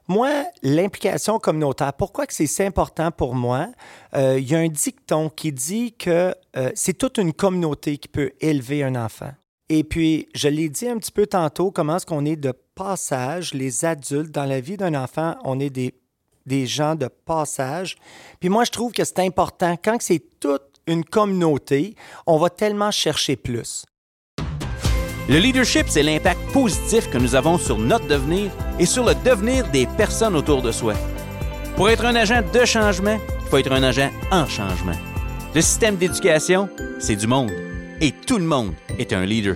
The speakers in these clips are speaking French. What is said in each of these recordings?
Moi, l'implication communautaire, pourquoi que c'est si important pour moi? Il y a un dicton qui dit que c'est toute une communauté qui peut élever un enfant. Et puis, je l'ai dit un petit peu tantôt, comment est-ce qu'on est de passage, les adultes, dans la vie d'un enfant, on est des gens de passage. Puis moi, je trouve que c'est important. Quand c'est toute une communauté, on va tellement chercher plus. Le leadership, c'est l'impact positif que nous avons sur notre devenir et sur le devenir des personnes autour de soi. Pour être un agent de changement, il faut être un agent en changement. Le système d'éducation, c'est du monde. Et tout le monde est un leader.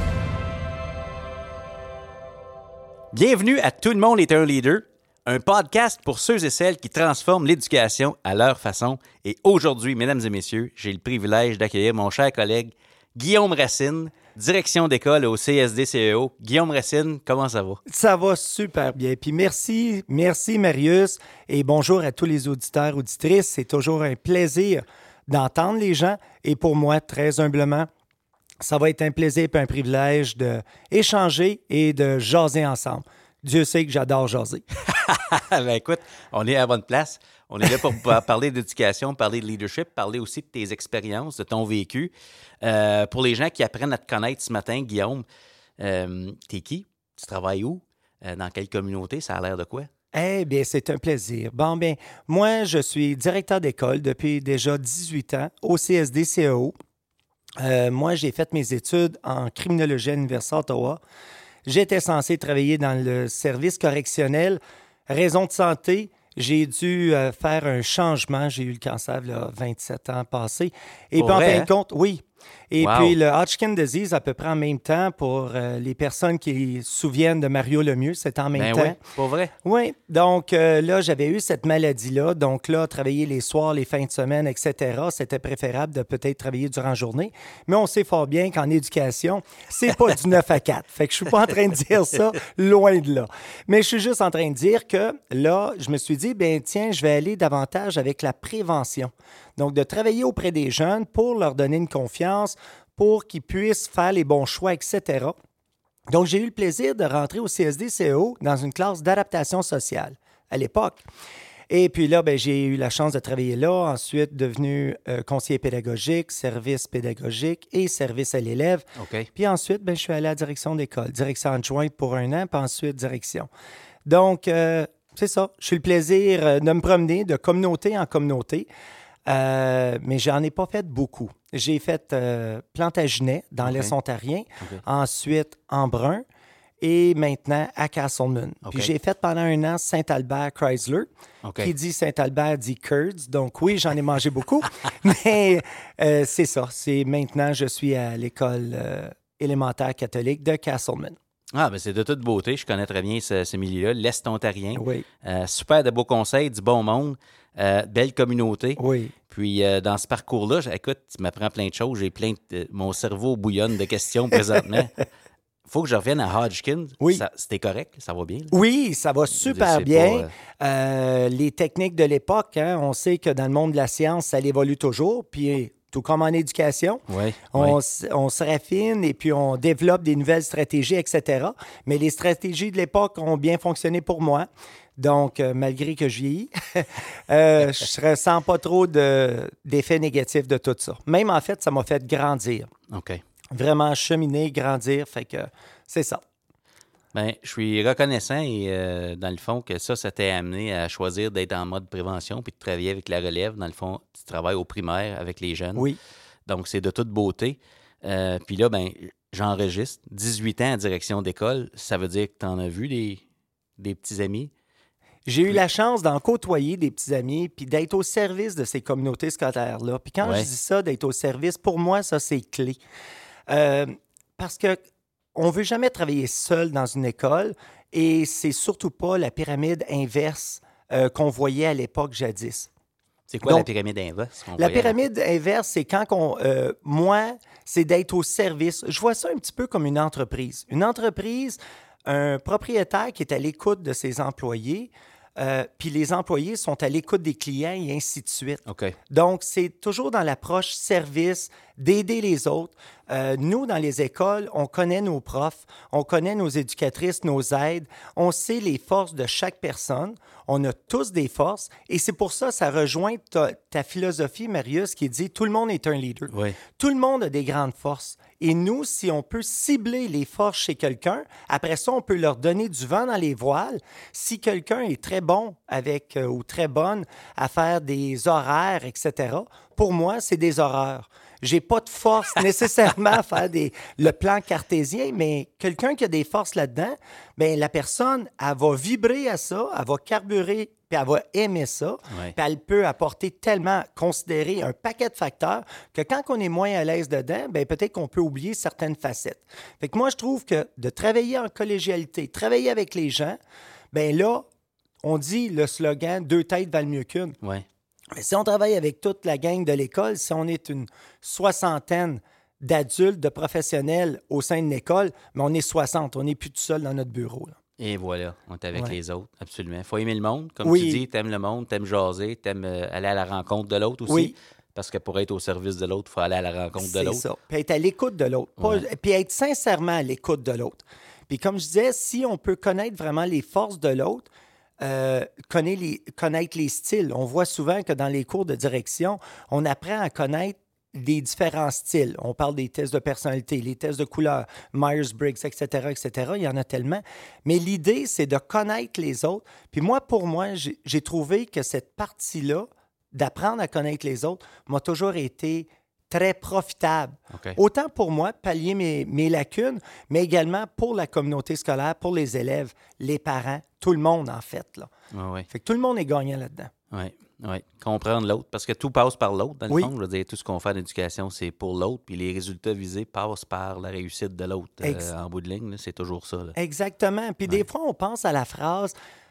Bienvenue à Tout le monde est un leader, un podcast pour ceux et celles qui transforment l'éducation à leur façon. Et aujourd'hui, mesdames et messieurs, j'ai le privilège d'accueillir mon cher collègue Guillaume Racine, direction d'école au CSD-CEO. Guillaume Racine, comment ça va? Ça va super bien. Puis merci Marius, et bonjour à tous les auditeurs, auditrices. C'est toujours un plaisir d'entendre les gens. Et pour moi, très humblement, ça va être un plaisir et un privilège d'échanger et de jaser ensemble. Dieu sait que j'adore jaser. Ben écoute, on est à la bonne place. On est là pour parler d'éducation, parler de leadership, parler aussi de tes expériences, de ton vécu. Pour les gens qui apprennent à te connaître ce matin, Guillaume, t'es qui? Tu travailles où? Dans quelle communauté? Ça a l'air de quoi? Eh bien, c'est un plaisir. Bon, bien, moi, je suis directeur d'école depuis déjà 18 ans au CSD-CEO. Moi, j'ai fait mes études en criminologie à l'Université d'Ottawa. J'étais censé travailler dans le service correctionnel. Raison de santé, j'ai dû faire un changement. J'ai eu le cancer il y a 27 ans passés. Et puis, en fin de compte, oui. Et puis, le Hodgkin disease, à peu près en même temps, pour les personnes qui se souviennent de Mario Lemieux, c'était en même temps. Oui, pas vrai? Oui. Donc, là, j'avais eu cette maladie-là. Donc, là, travailler les soirs, les fins de semaine, etc., c'était préférable de peut-être travailler durant la journée. Mais on sait fort bien qu'en éducation, c'est pas du 9 à 4. Fait que je suis pas en train de dire ça, loin de là. Mais je suis juste en train de dire que, là, je me suis dit, bien, tiens, je vais aller davantage avec la prévention. Donc, de travailler auprès des jeunes pour leur donner une confiance, pour qu'ils puissent faire les bons choix, etc. Donc, j'ai eu le plaisir de rentrer au CSD-CEO dans une classe d'adaptation sociale à l'époque. Et puis là, bien, j'ai eu la chance de travailler là, ensuite devenu conseiller pédagogique, service pédagogique et service à l'élève. OK. Puis ensuite, bien, je suis allé à la direction d'école, direction adjointe pour un an, puis ensuite direction. Donc, c'est ça. Je suis le plaisir de me promener de communauté en communauté. Mais j'en ai pas fait beaucoup. J'ai fait Plantagenet dans l'Est ontarien, ensuite Embrun et maintenant à Castlemaine. Puis j'ai fait pendant un an Saint-Albert Chrysler. Qui dit Saint-Albert dit Curds. Donc oui, j'en ai mangé beaucoup. Mais c'est ça. C'est maintenant, je suis à l'école élémentaire catholique de Castlemaine. Ah, ben c'est de toute beauté. Je connais très bien ce milieu-là, l'Est ontarien. Oui. Super de beaux conseils, du bon monde, belle communauté. Oui. Puis dans ce parcours-là, écoute, tu m'apprends plein de choses. J'ai mon cerveau bouillonne de questions présentement. Faut que je revienne à Hodgkin. Oui. C'était correct? Ça va bien? Là? Oui, ça va super bien. Les techniques de l'époque, hein, on sait que dans le monde de la science, ça évolue toujours. Puis tout comme en éducation, on se raffine et puis on développe des nouvelles stratégies, etc. Mais les stratégies de l'époque ont bien fonctionné pour moi. Donc, malgré que je vieillis, je ne ressens pas trop d'effets négatifs de tout ça. Même, en fait, ça m'a fait grandir. OK. Vraiment cheminer, grandir, fait que c'est ça. Bien, je suis reconnaissant et dans le fond que ça t'est amené à choisir d'être en mode prévention puis de travailler avec la relève. Dans le fond, tu travailles au primaire avec les jeunes. Oui. Donc, c'est de toute beauté. Puis là, ben, j'enregistre 18 ans en direction d'école. Ça veut dire que tu en as vu des petits amis? J'ai eu la chance d'en côtoyer des petits amis puis d'être au service de ces communautés scolaires-là. Puis quand je dis ça, d'être au service, pour moi, ça, c'est clé. Parce que on ne veut jamais travailler seul dans une école et c'est surtout pas la pyramide inverse qu'on voyait à l'époque jadis. C'est quoi la pyramide inverse? La pyramide inverse, c'est quand moi, c'est d'être au service. Je vois ça un petit peu comme une entreprise. Une entreprise, un propriétaire qui est à l'écoute de ses employés, puis les employés sont à l'écoute des clients et ainsi de suite. OK. Donc, c'est toujours dans l'approche service, d'aider les autres. Nous, dans les écoles, on connaît nos profs, on connaît nos éducatrices, nos aides, on sait les forces de chaque personne. On a tous des forces et c'est pour ça, ça rejoint ta philosophie, Marius, qui dit « Tout le monde est un leader Oui. ». Tout le monde a des grandes forces. Et nous, si on peut cibler les forces chez quelqu'un, après ça, on peut leur donner du vent dans les voiles. Si quelqu'un est très bon avec ou très bonne à faire des horaires, etc., pour moi, c'est des horreurs. J'ai pas de force nécessairement à faire le plan cartésien, mais quelqu'un qui a des forces là-dedans, bien, la personne, elle va vibrer à ça, elle va carburer, puis elle va aimer ça, Ouais. puis elle peut apporter tellement, considérer un paquet de facteurs que quand on est moins à l'aise dedans, bien, peut-être qu'on peut oublier certaines facettes. Fait que moi, je trouve que de travailler en collégialité, travailler avec les gens, bien là, on dit le slogan « Deux têtes valent mieux qu'une ». Oui. Mais si on travaille avec toute la gang de l'école, si on est une soixantaine d'adultes, de professionnels au sein de l'école, mais on est 60, on n'est plus tout seul dans notre bureau. Là. Et voilà, on est avec Ouais. les autres, absolument. Il faut aimer le monde, comme Oui. tu dis, t'aimes le monde, t'aimes jaser, t'aimes aller à la rencontre de l'autre aussi. Oui. Parce que pour être au service de l'autre, il faut aller à la rencontre de C'est l'autre. ça. Puis être à l'écoute de l'autre. Puis être sincèrement à l'écoute de l'autre. Puis comme je disais, si on peut connaître vraiment les forces de l'autre, connaître les styles. On voit souvent que dans les cours de direction, on apprend à connaître des différents styles. On parle des tests de personnalité, les tests de couleur, Myers-Briggs, etc., etc. Il y en a tellement. Mais l'idée, c'est de connaître les autres. Puis moi, pour moi, j'ai trouvé que cette partie-là, d'apprendre à connaître les autres, m'a toujours été très profitable. OK. Autant pour moi, pallier mes lacunes, mais également pour la communauté scolaire, pour les élèves, les parents, tout le monde, en fait. Là. Oui, oui. Fait que tout le monde est gagnant là-dedans. Oui, oui. Comprendre l'autre, parce que tout passe par l'autre, dans le Oui. fond. Je veux dire, tout ce qu'on fait en éducation, c'est pour l'autre, puis les résultats visés passent par la réussite de l'autre. En bout de ligne, là, c'est toujours ça. Là. Exactement. Puis des fois, on pense à la phrase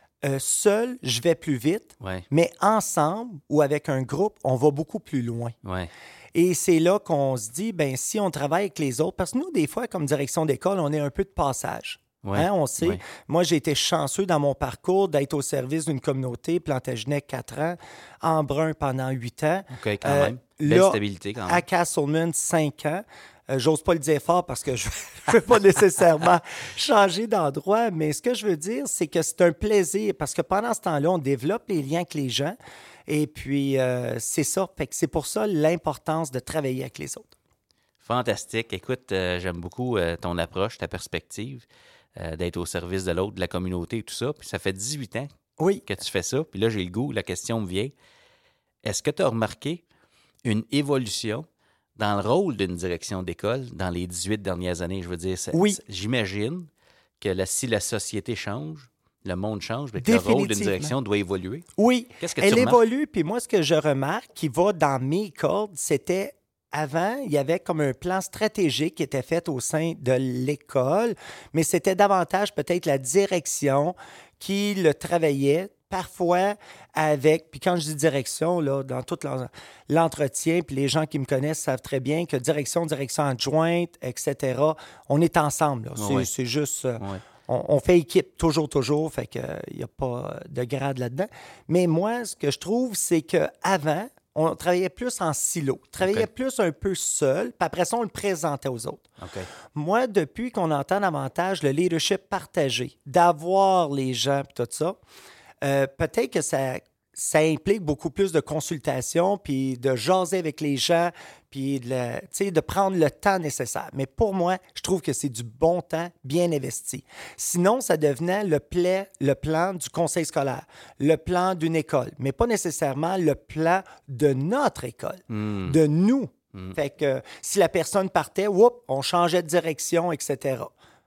seul, je vais plus vite, Oui, mais ensemble ou avec un groupe, on va beaucoup plus loin. oui. Et c'est là qu'on se dit, ben si on travaille avec les autres, parce que nous, des fois, comme direction d'école, on est un peu de passage. Oui, Hein, on sait. oui. Moi, j'ai été chanceux dans mon parcours d'être au service d'une communauté, Plantagenet 4 ans, Embrun pendant 8 ans. OK, quand même. Belle là, stabilité, quand À même. Castleman, 5 ans. J'ose pas le dire fort parce que je ne veux pas nécessairement changer d'endroit, mais ce que je veux dire, c'est que c'est un plaisir parce que pendant ce temps-là, on développe les liens avec les gens et puis c'est ça. Fait que c'est pour ça l'importance de travailler avec les autres. Fantastique. Écoute, j'aime beaucoup ton approche, ta perspective, d'être au service de l'autre, de la communauté et tout ça. Puis ça fait 18 ans Oui. que tu fais ça. Puis là, j'ai le goût, la question me vient. Est-ce que tu as remarqué une évolution dans le rôle d'une direction d'école dans les 18 dernières années? Je veux dire, Oui. J'imagine que si la société change, le monde change, mais que le rôle d'une Définitivement. direction doit évoluer. Oui, Qu'est-ce que tu elle remarques? évolue. Puis moi, ce que je remarque qui va dans mes cordes, c'était avant, il y avait comme un plan stratégique qui était fait au sein de l'école, mais c'était davantage peut-être la direction qui le travaillait, parfois avec, puis quand je dis direction, là, dans tout l'entretien, puis les gens qui me connaissent savent très bien que direction adjointe, etc., on est ensemble. Là. Oui. C'est juste... Oui. On fait équipe, toujours, fait qu'il n'y a pas de grade là-dedans. Mais moi, ce que je trouve, c'est qu'avant, on travaillait plus en silo, travaillait OK. plus un peu seul, puis après ça, on le présentait aux autres. OK. Moi, depuis qu'on entend davantage le leadership partagé, d'avoir les gens, puis tout ça, peut-être que ça implique beaucoup plus de consultation, puis de jaser avec les gens, puis de prendre le temps nécessaire. Mais pour moi, je trouve que c'est du bon temps bien investi. Sinon, ça devenait le plan du conseil scolaire, le plan d'une école, mais pas nécessairement le plan de notre école, de nous. Fait que si la personne partait, on changeait de direction, etc.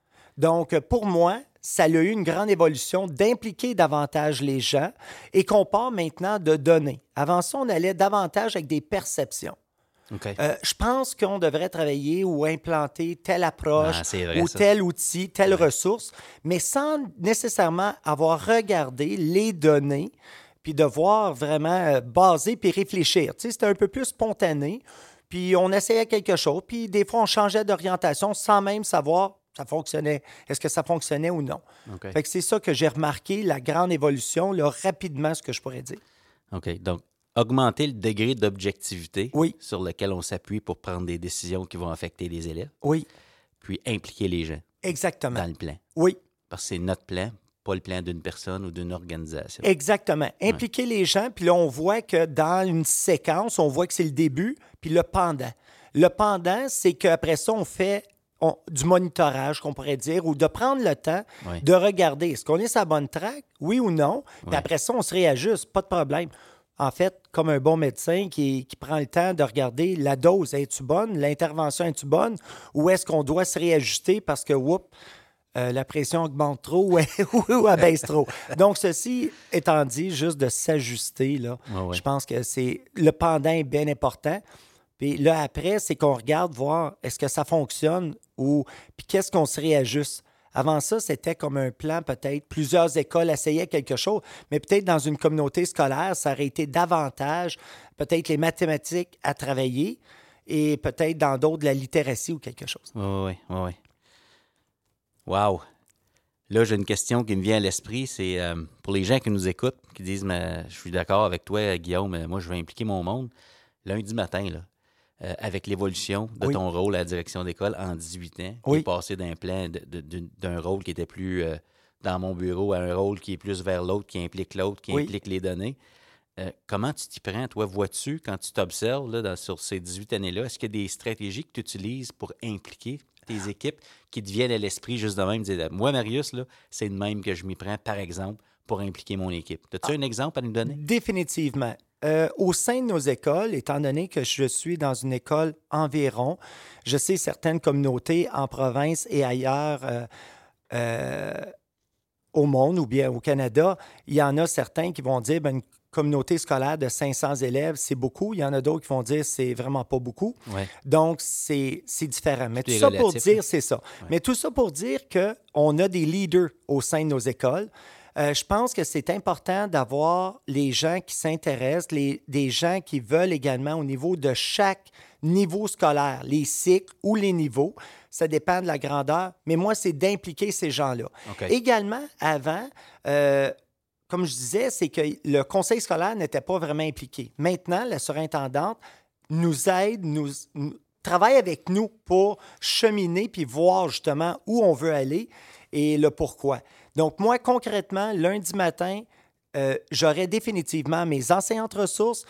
Donc, pour moi, ça a eu une grande évolution d'impliquer davantage les gens et qu'on part maintenant de donner. Avant ça, on allait davantage avec des perceptions. OK. Je pense qu'on devrait travailler ou implanter telle approche Ah, c'est vrai, ou ça. tel outil, telle ressource, mais sans nécessairement avoir regardé les données puis devoir vraiment baser puis réfléchir. Tu sais, c'était un peu plus spontané, puis on essayait quelque chose, puis des fois, on changeait d'orientation sans même savoir ça fonctionnait. Est-ce que ça fonctionnait ou non? OK. Fait que c'est ça que j'ai remarqué, la grande évolution, là, rapidement, ce que je pourrais dire. OK. Donc, augmenter le degré d'objectivité Oui. sur lequel on s'appuie pour prendre des décisions qui vont affecter les élèves, Oui, puis impliquer les gens exactement. dans le plan. Oui, Parce que c'est notre plan, pas le plan d'une personne ou d'une organisation. exactement. Impliquer les gens, puis là, on voit que dans une séquence, on voit que c'est le début, puis le pendant. Le pendant, c'est qu'après ça, on fait du monitorage, qu'on pourrait dire, ou de prendre le temps Oui. de regarder, est-ce qu'on est sur la bonne track, oui ou non, puis Oui. après ça, on se réajuste, pas de problème. En fait, comme un bon médecin qui prend le temps de regarder la dose, est-tu bonne, l'intervention, est-tu bonne, ou est-ce qu'on doit se réajuster parce que, la pression augmente trop ou abaisse trop. Donc, ceci étant dit, juste de s'ajuster, là, Ouais. je pense que le pendant est bien important. Puis là, après, c'est qu'on regarde voir est-ce que ça fonctionne ou puis qu'est-ce qu'on se réajuste. Avant ça, c'était comme un plan, peut-être. Plusieurs écoles essayaient quelque chose, mais peut-être dans une communauté scolaire, ça aurait été davantage, peut-être les mathématiques à travailler et peut-être dans d'autres, la littératie ou quelque chose. Oui. Wow! Là, j'ai une question qui me vient à l'esprit. C'est pour les gens qui nous écoutent, qui disent mais, je suis d'accord avec toi, Guillaume, mais moi, je veux impliquer mon monde. Lundi matin, là, avec l'évolution de Oui. ton rôle à la direction d'école en 18 ans, qui Oui. est passé d'un plan d'un rôle qui était plus dans mon bureau à un rôle qui est plus vers l'autre, qui implique l'autre, qui Oui. implique les données. Comment tu t'y prends, toi? Vois-tu, quand tu t'observes là, sur ces 18 années-là, est-ce qu'il y a des stratégies que tu utilises pour impliquer tes équipes qui te viennent à l'esprit juste de même? Dire, moi, Marius, là, c'est de même que je m'y prends, par exemple, pour impliquer mon équipe. As-tu un exemple à nous donner? Définitivement. Au sein de nos écoles, étant donné que je suis dans une école environ, je sais certaines communautés en province et ailleurs au monde ou bien au Canada, il y en a certains qui vont dire une communauté scolaire de 500 élèves, c'est beaucoup. Il y en a d'autres qui vont dire c'est vraiment pas beaucoup. Ouais. Donc, c'est différent. Mais tout est ça pour relatif, dire, là. c'est ça. Mais tout ça pour dire qu'on a des leaders au sein de nos écoles. Je pense que c'est important d'avoir les gens qui s'intéressent, des gens qui veulent également au niveau de chaque niveau scolaire, les cycles ou les niveaux. Ça dépend de la grandeur. Mais moi, c'est d'impliquer ces gens-là. OK. Également, avant, comme je disais, c'est que le conseil scolaire n'était pas vraiment impliqué. Maintenant, la surintendante nous aide, nous travaille avec nous pour cheminer puis voir justement où on veut aller et le pourquoi. Donc, moi, concrètement, lundi matin, j'aurai définitivement mes enseignantes ressources,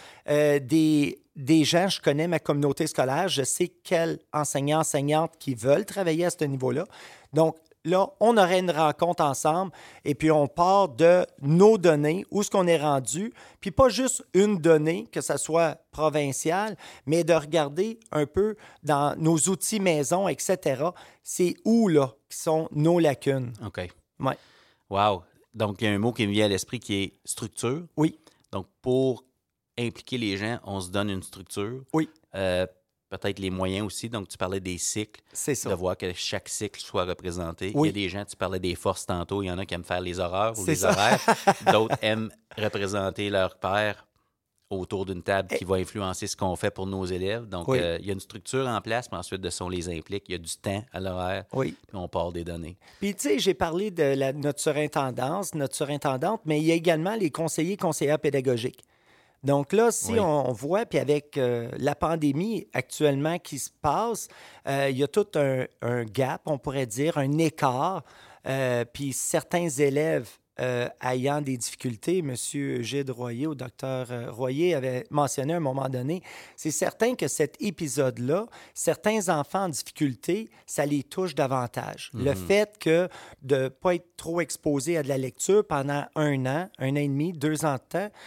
des gens, je connais ma communauté scolaire, je sais quels enseignants, enseignantes qui veulent travailler à ce niveau-là. Donc, là, on aurait une rencontre ensemble et puis on part de nos données, où est-ce qu'on est rendu, puis pas juste une donnée, que ça soit provinciale, mais de regarder un peu dans nos outils maison, etc. C'est où, là, qui sont nos lacunes. OK. Ouais. Wow! Donc, il y a un mot qui me vient à l'esprit qui est structure. Oui, Donc, pour impliquer les gens, on se donne une structure. oui, Peut-être les moyens aussi. Donc, tu parlais des cycles, c'est ça. de voir que chaque cycle soit représenté. Oui. Il y a des gens, tu parlais des forces tantôt, il y en a qui aiment faire les horreurs ou C'est les ça. horaires. D'autres aiment représenter leur père autour d'une table qui va influencer ce qu'on fait pour nos élèves. Donc, Oui. il y a une structure en place, mais ensuite de ça, on les implique. Il y a du temps à l'horaire, Oui. puis on part des données. Puis, tu sais, j'ai parlé de notre surintendante, mais il y a également les conseillères pédagogiques. Donc là, si Oui. on voit, puis avec la pandémie actuellement qui se passe, il y a tout un gap, on pourrait dire, un écart. Puis certains élèves ayant des difficultés, M. Gilles Royer ou Dr Royer avait mentionné à un moment donné, c'est certain que cet épisode-là, certains enfants en difficulté, ça les touche davantage. Le fait que de ne pas être trop exposé à de la lecture pendant 1 an, 1 an et demi, 2 ans de temps,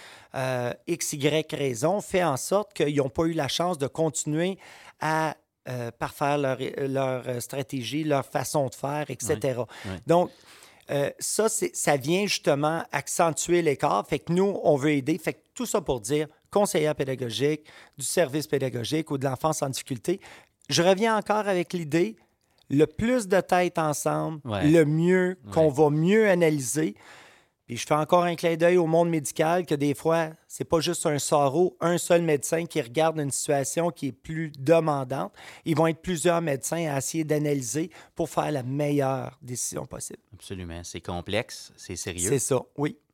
X, Y raison, fait en sorte qu'ils n'ont pas eu la chance de continuer à parfaire leur stratégie, leur façon de faire, etc. Oui. Donc, ça vient justement accentuer l'écart. Fait que nous, on veut aider. Fait que tout ça pour dire conseillère pédagogique, du service pédagogique ou de l'enfance en difficulté. Je reviens encore avec l'idée, le plus de têtes ensemble, Ouais. le mieux, qu'on Ouais. va mieux analyser. Puis je fais encore un clin d'œil au monde médical que des fois, c'est pas juste un SARO, un seul médecin qui regarde une situation qui est plus demandante. Ils vont être plusieurs médecins à essayer d'analyser pour faire la meilleure décision possible. Absolument. C'est complexe, c'est sérieux. C'est ça, oui.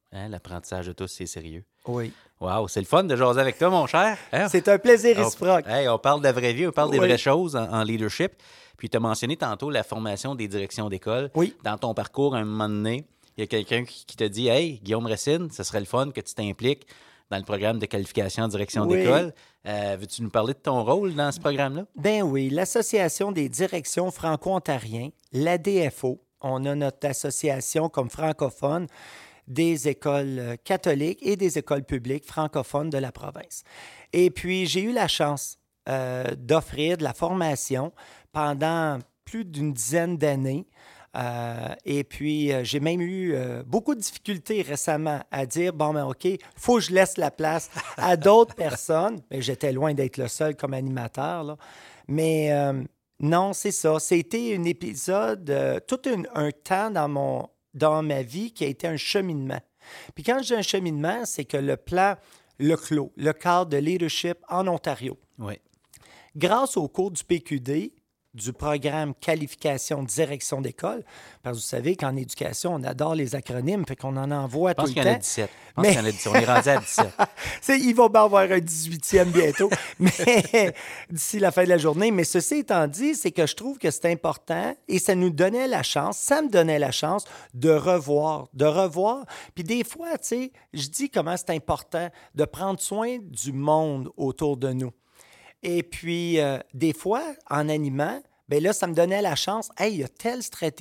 Hein, l'apprentissage de tous, c'est sérieux. Oui. Wow, c'est le fun de jaser avec toi, mon cher. Hein? C'est un plaisir réciproque. On parle de la vraie vie, on parle des Oui. vraies choses en leadership. Puis tu as mentionné tantôt la formation des directions d'école. Oui. Dans ton parcours, à un moment donné, il y a quelqu'un qui te dit « Hey, Guillaume Racine, ce serait le fun que tu t'impliques dans le programme de qualification en direction Oui. d'école. Veux-tu nous parler de ton rôle dans ce programme-là? » Ben oui, l'Association des directions franco-ontariens, l'ADFO, on a notre association comme francophone des écoles catholiques et des écoles publiques francophones de la province. Et puis, j'ai eu la chance d'offrir de la formation pendant plus d'une dizaine d'années. Et puis, j'ai même eu beaucoup de difficultés récemment à dire, bon, ben OK, il faut que je laisse la place à d'autres personnes. Mais j'étais loin d'être le seul comme animateur, là. Mais non, c'est ça. C'était un épisode, un temps dans ma vie qui a été un cheminement. Puis quand je dis un cheminement, c'est que le plan, le CLO, le cadre de leadership en Ontario, Oui. grâce au cours du PQD, du programme qualification direction d'école, parce que vous savez qu'en éducation, on adore les acronymes, fait qu'on en envoie tout le temps. Je pense qu'il y en a 17. Je pense qu'il y en a 17. On est rendu à 17. Il va bien avoir un 18e bientôt, mais d'ici la fin de la journée. Mais ceci étant dit, c'est que je trouve que c'est important et ça nous donnait la chance, ça me donnait la chance de revoir. Puis des fois, tu sais, je dis comment c'est important de prendre soin du monde autour de nous. Et puis, des fois, en animant, bien là, ça me donnait la chance, hey, il y a telle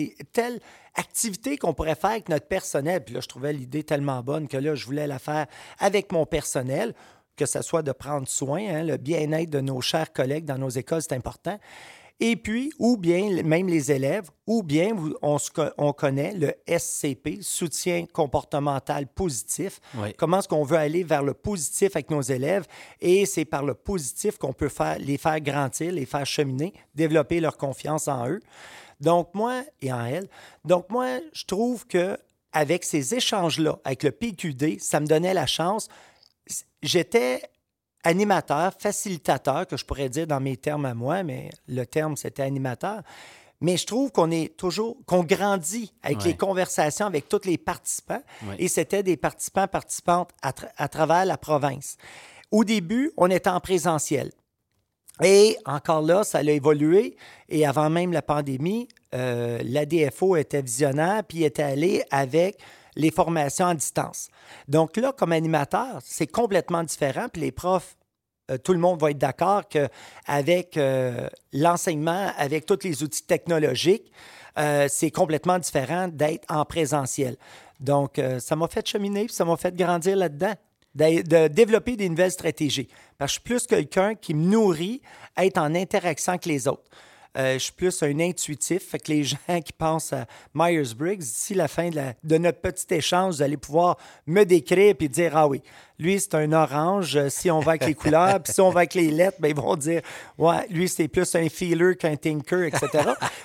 activité qu'on pourrait faire avec notre personnel. Puis là, je trouvais l'idée tellement bonne que là, je voulais la faire avec mon personnel, que ce soit de prendre soin, hein, le bien-être de nos chers collègues dans nos écoles, c'est important. Et puis, ou bien, même les élèves, ou bien, on connaît le SCP, soutien comportemental positif. Oui. Comment est-ce qu'on veut aller vers le positif avec nos élèves? Et c'est par le positif qu'on peut les faire grandir, les faire cheminer, développer leur confiance en eux. Donc, moi, et en elles. Donc, moi, je trouve qu'avec ces échanges-là, avec le PQD, ça me donnait la chance. J'étais animateur, facilitateur, que je pourrais dire dans mes termes à moi, mais le terme, c'était animateur. Mais je trouve qu'on grandit avec les conversations avec tous les participants. Oui. Et c'était des participantes à travers la province. Au début, on était en présentiel. Et encore là, ça a évolué. Et avant même la pandémie, l'ADFO était visionnaire, puis était allé avec les formations à distance. Donc là, comme animateur, c'est complètement différent. Puis les profs, tout le monde va être d'accord qu'avec l'enseignement, avec tous les outils technologiques, c'est complètement différent d'être en présentiel. Donc, ça m'a fait cheminer, puis ça m'a fait grandir là-dedans, de développer des nouvelles stratégies. Parce que je suis plus quelqu'un qui me nourrit à être en interaction avec les autres. Je suis plus un intuitif. Fait que les gens qui pensent à Myers-Briggs, d'ici la fin de notre petit échange, vous allez pouvoir me décrire et dire « Ah oui, lui, c'est un orange. Si on va avec les couleurs, puis si on va avec les lettres, bien, ils vont dire « Ouais, lui, c'est plus un feeler qu'un thinker, etc. »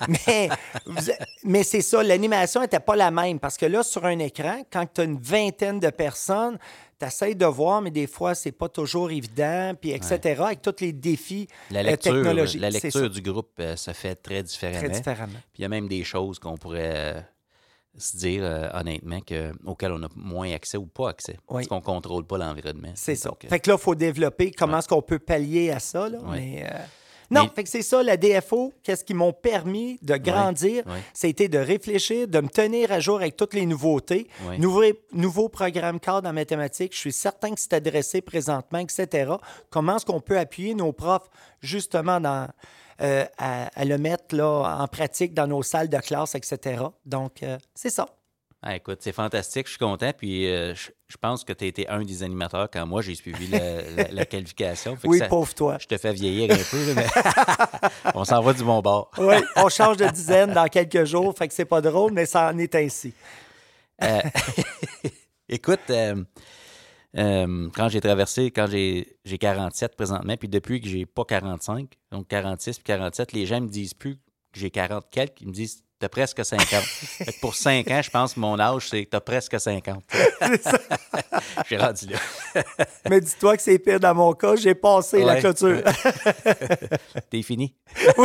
Mais c'est ça, l'animation n'était pas la même. Parce que là, sur un écran, quand tu as une vingtaine de personnes, tu essaies de voir, mais des fois, c'est pas toujours évident, puis etc., avec tous les défis technologiques. La lecture du groupe se fait très différemment. Très différemment. Puis il y a même des choses qu'on pourrait se dire, honnêtement, auxquelles on a moins accès ou pas accès. Oui. Parce qu'on ne contrôle pas l'environnement. C'est ça. Donc, fait que là, il faut développer comment est-ce qu'on peut pallier à ça. Là, Oui. Non, fait que c'est ça, la DFO, qu'est-ce qui m'ont permis de grandir, Oui. c'était de réfléchir, de me tenir à jour avec toutes les nouveautés, Oui. nouveaux programmes cadres en mathématiques, je suis certain que c'est adressé présentement, etc. Comment est-ce qu'on peut appuyer nos profs justement à le mettre là, en pratique dans nos salles de classe, etc. Donc, c'est ça. Ah, écoute, c'est fantastique, je suis content. Puis je pense que tu as été un des animateurs quand moi j'ai suivi la qualification. Fait que Oui, pauvre toi. Je te fais vieillir un peu, là, mais on s'en va du bon bord. Oui, on change de dizaine dans quelques jours, fait que c'est pas drôle, mais ça en est ainsi. Écoute, quand j'ai 47 présentement, puis depuis que j'ai pas 45, donc 46 puis 47, les gens me disent plus que j'ai 40 quelques, ils me disent t'as presque 50. Fait que pour 5 ans, je pense que mon âge, c'est que t'as presque 50. C'est ça. J'ai rendu là. Mais dis-toi que c'est pire dans mon cas, j'ai passé la clôture. T'es fini? Oui.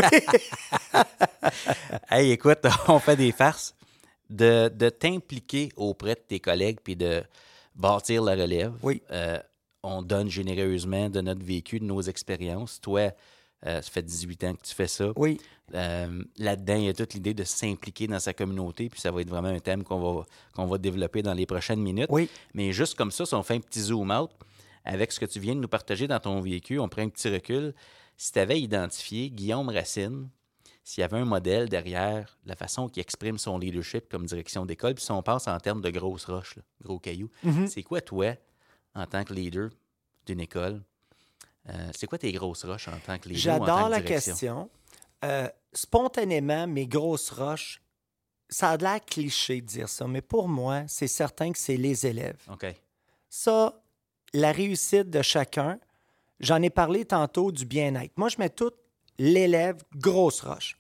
Hey, écoute, on fait des farces. De t'impliquer auprès de tes collègues puis de bâtir la relève. Oui. On donne généreusement de notre vécu, de nos expériences. Toi, ça fait 18 ans que tu fais ça. Oui. Là-dedans, il y a toute l'idée de s'impliquer dans sa communauté, puis ça va être vraiment un thème qu'on va développer dans les prochaines minutes. Oui. Mais juste comme ça, si on fait un petit zoom-out, avec ce que tu viens de nous partager dans ton vécu, on prend un petit recul. Si tu avais identifié Guillaume Racine, s'il y avait un modèle derrière la façon qu'il exprime son leadership comme direction d'école, puis si on passe en termes de grosses roches, là, gros cailloux, c'est quoi, toi, en tant que leader d'une école, c'est quoi tes grosses roches en tant que leader ou en tant J'adore que la direction? question. Spontanément, mes grosses roches, ça a l'air cliché de dire ça, mais pour moi, c'est certain que c'est les élèves. OK. Ça, la réussite de chacun, j'en ai parlé tantôt du bien-être. Moi, je mets tout l'élève grosse roche.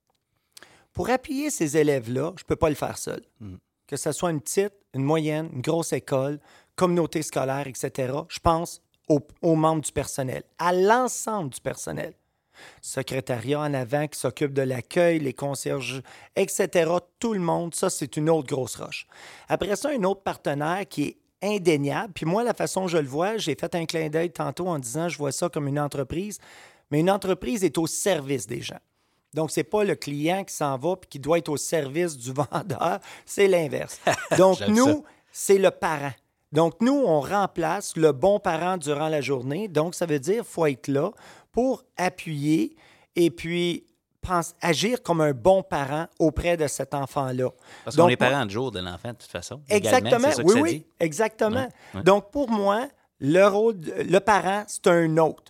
Pour appuyer ces élèves-là, je ne peux pas le faire seul. Que ce soit une petite, une moyenne, une grosse école, communauté scolaire, etc., je pense aux membres du personnel, à l'ensemble du personnel. Secrétariat en avant qui s'occupe de l'accueil, les concierges, etc., tout le monde, ça, c'est une autre grosse roche. Après ça, un autre partenaire qui est indéniable. Puis moi, la façon dont je le vois, j'ai fait un clin d'œil tantôt en disant je vois ça comme une entreprise, mais une entreprise est au service des gens. Donc, ce n'est pas le client qui s'en va et qui doit être au service du vendeur, c'est l'inverse. Donc, nous, c'est le parent. Donc, nous, on remplace le bon parent durant la journée. Donc, ça veut dire qu'il faut être là pour appuyer et puis agir comme un bon parent auprès de cet enfant-là. Parce qu'on est parents de jour de l'enfant, de toute façon. Exactement, c'est ça que ça dit? Exactement. Ouais. Donc, pour moi, le rôle, le parent, c'est un autre.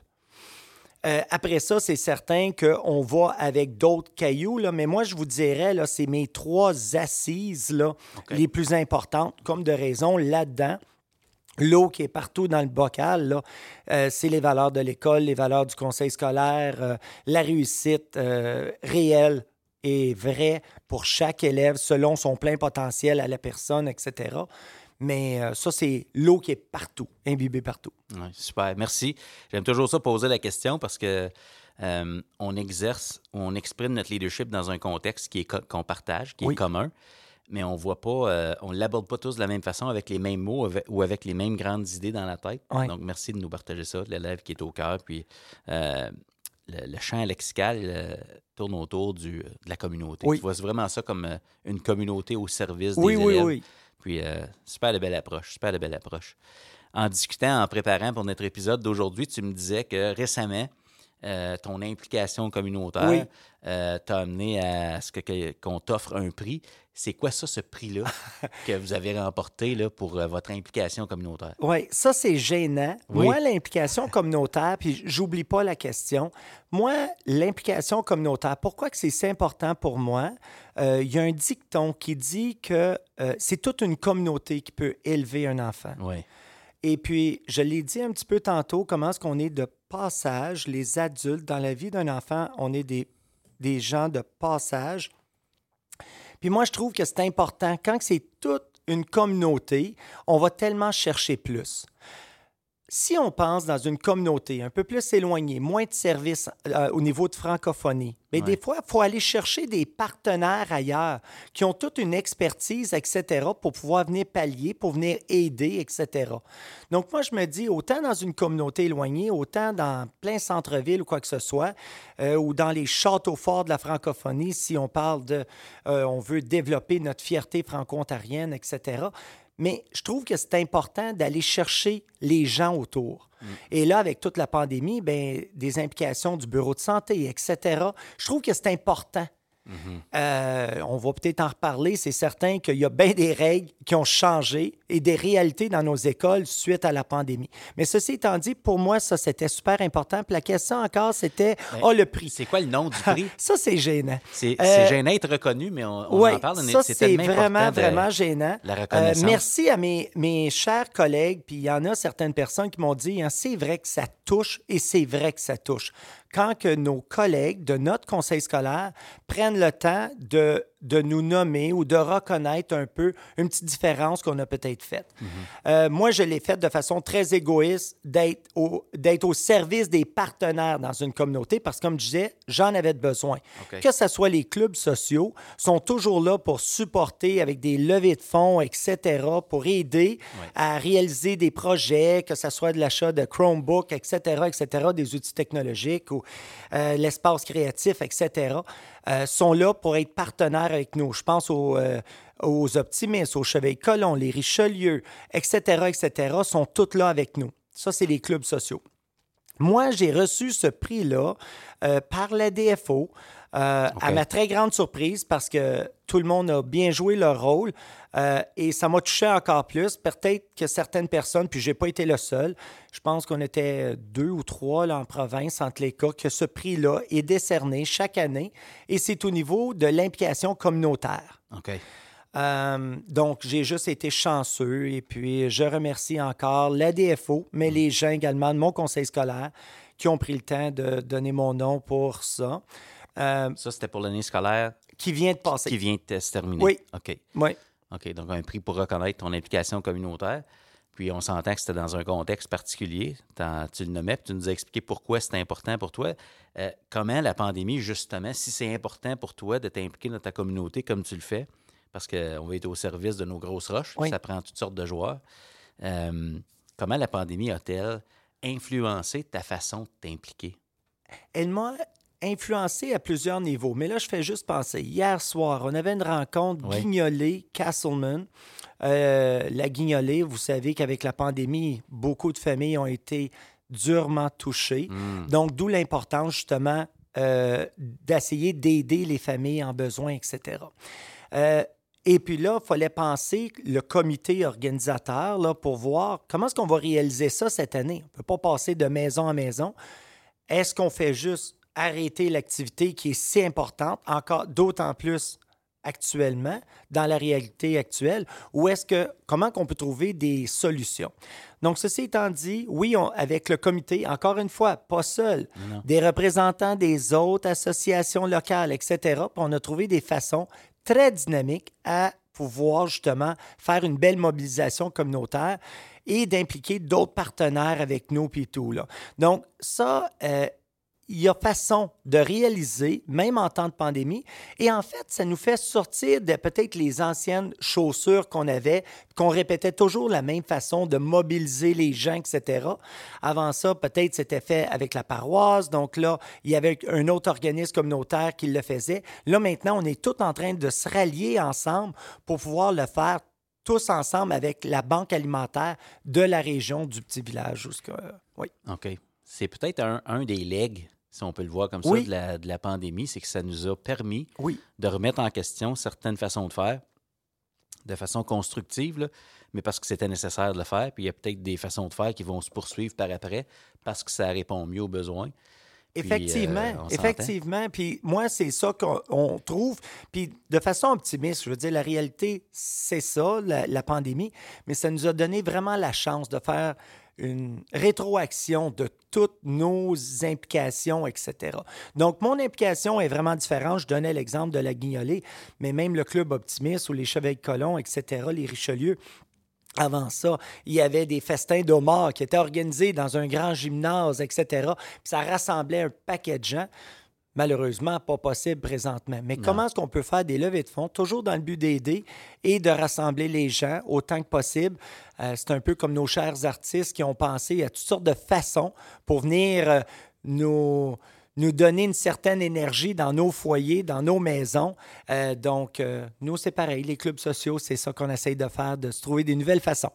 Après ça, c'est certain qu'on va avec d'autres cailloux, là, mais moi, je vous dirais, là, c'est mes 3 assises là, les plus importantes, comme de raison, là-dedans. L'eau qui est partout dans le bocal, là, c'est les valeurs de l'école, les valeurs du conseil scolaire, la réussite réelle et vraie pour chaque élève selon son plein potentiel à la personne, etc. Mais ça, c'est l'eau qui est partout, imbibée partout. Oui, super. Merci. J'aime toujours ça poser la question parce que on exerce, on exprime notre leadership dans un contexte qu'on partage, qui est commun. Mais on voit pas, on ne l'aborde pas tous de la même façon, avec les mêmes mots ou avec les mêmes grandes idées dans la tête. Oui. Donc, merci de nous partager ça, l'élève qui est au cœur. Puis, le champ lexical tourne autour de la communauté. Oui. Tu vois vraiment ça comme une communauté au service des Oui, élèves. oui. Puis, super de belle approche, En discutant, en préparant pour notre épisode d'aujourd'hui, tu me disais que récemment, ton implication communautaire t'a amené à ce qu'on t'offre un prix. C'est quoi ça, ce prix-là que vous avez remporté là, pour votre implication communautaire? Oui, ça, c'est gênant. Oui. Moi, l'implication communautaire, puis j'oublie pas la question. Moi, l'implication communautaire, pourquoi que c'est si important pour moi? Il y a un dicton qui dit que c'est toute une communauté qui peut élever un enfant. Oui. Et puis, je l'ai dit un petit peu tantôt, comment est-ce qu'on est de passage, les adultes, dans la vie d'un enfant, on est des gens de passage. Puis moi, je trouve que c'est important. Quand c'est toute une communauté, on va tellement chercher plus. Si on pense dans une communauté un peu plus éloignée, moins de services au niveau de francophonie, bien, des fois, il faut aller chercher des partenaires ailleurs qui ont toute une expertise, etc., pour pouvoir venir pallier, pour venir aider, etc. Donc, moi, je me dis, autant dans une communauté éloignée, autant dans plein centre-ville ou quoi que ce soit, ou dans les châteaux forts de la francophonie, si on parle de, on veut développer notre fierté franco-ontarienne, etc., mais je trouve que c'est important d'aller chercher les gens autour. Et là, avec toute la pandémie, bien, des implications du bureau de santé, etc., je trouve que c'est important. On va peut-être en reparler. C'est certain qu'il y a bien des règles qui ont changé et des réalités dans nos écoles suite à la pandémie. Mais ceci étant dit, pour moi, ça, c'était super important. Puis la question encore, c'était le prix. C'est quoi le nom du prix? Ça, c'est gênant. C'est gênant d'être reconnu, mais on en parle. Ça, c'est vraiment, vraiment gênant. La reconnaissance. Merci à mes chers collègues. Puis il y en a certaines personnes qui m'ont dit, c'est vrai que ça touche et c'est vrai que ça touche. Quand que nos collègues de notre conseil scolaire prennent le temps de de nous nommer ou de reconnaître un peu une petite différence qu'on a peut-être faite. Moi, je l'ai faite de façon très égoïste, d'être au service des partenaires dans une communauté parce que, comme je disais, j'en avais besoin. OK. Que ce soit les clubs sociaux, sont toujours là pour supporter avec des levées de fonds, etc., pour aider à réaliser des projets, que ce soit de l'achat de Chromebook, etc., des outils technologiques ou l'espace créatif, etc., sont là pour être partenaires avec nous. Je pense aux Optimistes, aux Cheveille-Colomb, les Richelieu, etc., sont tous là avec nous. Ça, c'est les clubs sociaux. Moi, j'ai reçu ce prix-là par la DFO, à ma très grande surprise, parce que tout le monde a bien joué leur rôle et ça m'a touché encore plus. Peut-être que certaines personnes, puis je n'ai pas été le seul, je pense qu'on était 2 ou 3 là, en province, entre les cas, que ce prix-là est décerné chaque année et c'est au niveau de l'implication communautaire. OK. Donc, j'ai juste été chanceux et puis je remercie encore la DFO, mais les gens également de mon conseil scolaire qui ont pris le temps de donner mon nom pour ça. Ça, c'était pour l'année scolaire Qui vient de passer. qui vient de se terminer. Oui. OK. Oui. OK. Donc, un prix pour reconnaître ton implication communautaire. Puis, on s'entend que c'était dans un contexte particulier. Tu le nommais, puis tu nous as expliqué pourquoi c'était important pour toi. Comment la pandémie, justement, si c'est important pour toi de t'impliquer dans ta communauté comme tu le fais, parce qu'on va être au service de nos grosses roches, Oui. ça prend toutes sortes de joueurs. Comment la pandémie a-t-elle influencé ta façon de t'impliquer? Elle m'a influencé à plusieurs niveaux. Mais là, je fais juste penser. Hier soir, on avait une rencontre Oui. Guignolé-Castleman. La Guignolée, vous savez qu'avec la pandémie, beaucoup de familles ont été durement touchées. Donc, d'où l'importance, justement, d'essayer d'aider les familles en besoin, etc. Et puis là, il fallait penser le comité organisateur là, pour voir comment est-ce qu'on va réaliser ça cette année. On ne peut pas passer de maison en maison. Est-ce qu'on fait juste arrêter l'activité qui est si importante, encore d'autant plus actuellement, dans la réalité actuelle, ou comment qu'on peut trouver des solutions? Donc, ceci étant dit, oui, avec le comité, encore une fois, pas seul, des représentants des autres associations locales, etc., puis on a trouvé des façons très dynamiques à pouvoir justement faire une belle mobilisation communautaire et d'impliquer d'autres partenaires avec nous puis tout, là. Donc, ça, il y a façon de réaliser, même en temps de pandémie. Et en fait, ça nous fait sortir de peut-être les anciennes chaussures qu'on avait, qu'on répétait toujours la même façon de mobiliser les gens, etc. Avant ça, peut-être c'était fait avec la paroisse. Donc là, il y avait un autre organisme communautaire qui le faisait. Là, maintenant, on est tous en train de se rallier ensemble pour pouvoir le faire tous ensemble avec la banque alimentaire de la région du petit village. Oui. OK. C'est peut-être un des legs, si on peut le voir comme ça, Oui. de la pandémie, c'est que ça nous a permis Oui. de remettre en question certaines façons de faire, de façon constructive, là, mais parce que c'était nécessaire de le faire. Puis il y a peut-être des façons de faire qui vont se poursuivre par après parce que ça répond mieux aux besoins. Effectivement, Puis, effectivement. Puis moi, c'est ça qu'on trouve. Puis de façon optimiste, je veux dire, la réalité, c'est ça, la pandémie, mais ça nous a donné vraiment la chance de faire une rétroaction de toutes nos implications, etc. Donc, mon implication est vraiment différente. Je donnais l'exemple de la Guignolée, mais même le Club Optimiste ou les Cheveille-Colomb, etc., les Richelieu. Avant ça, il y avait des festins d'homards qui étaient organisés dans un grand gymnase, etc. Puis ça rassemblait un paquet de gens. Malheureusement, pas possible présentement. Mais comment est-ce qu'on peut faire des levées de fonds, toujours dans le but d'aider et de rassembler les gens autant que possible? C'est un peu comme nos chers artistes qui ont pensé à toutes sortes de façons pour venir nous donner une certaine énergie dans nos foyers, dans nos maisons. Donc, nous, c'est pareil. Les clubs sociaux, c'est ça qu'on essaye de faire, de se trouver des nouvelles façons.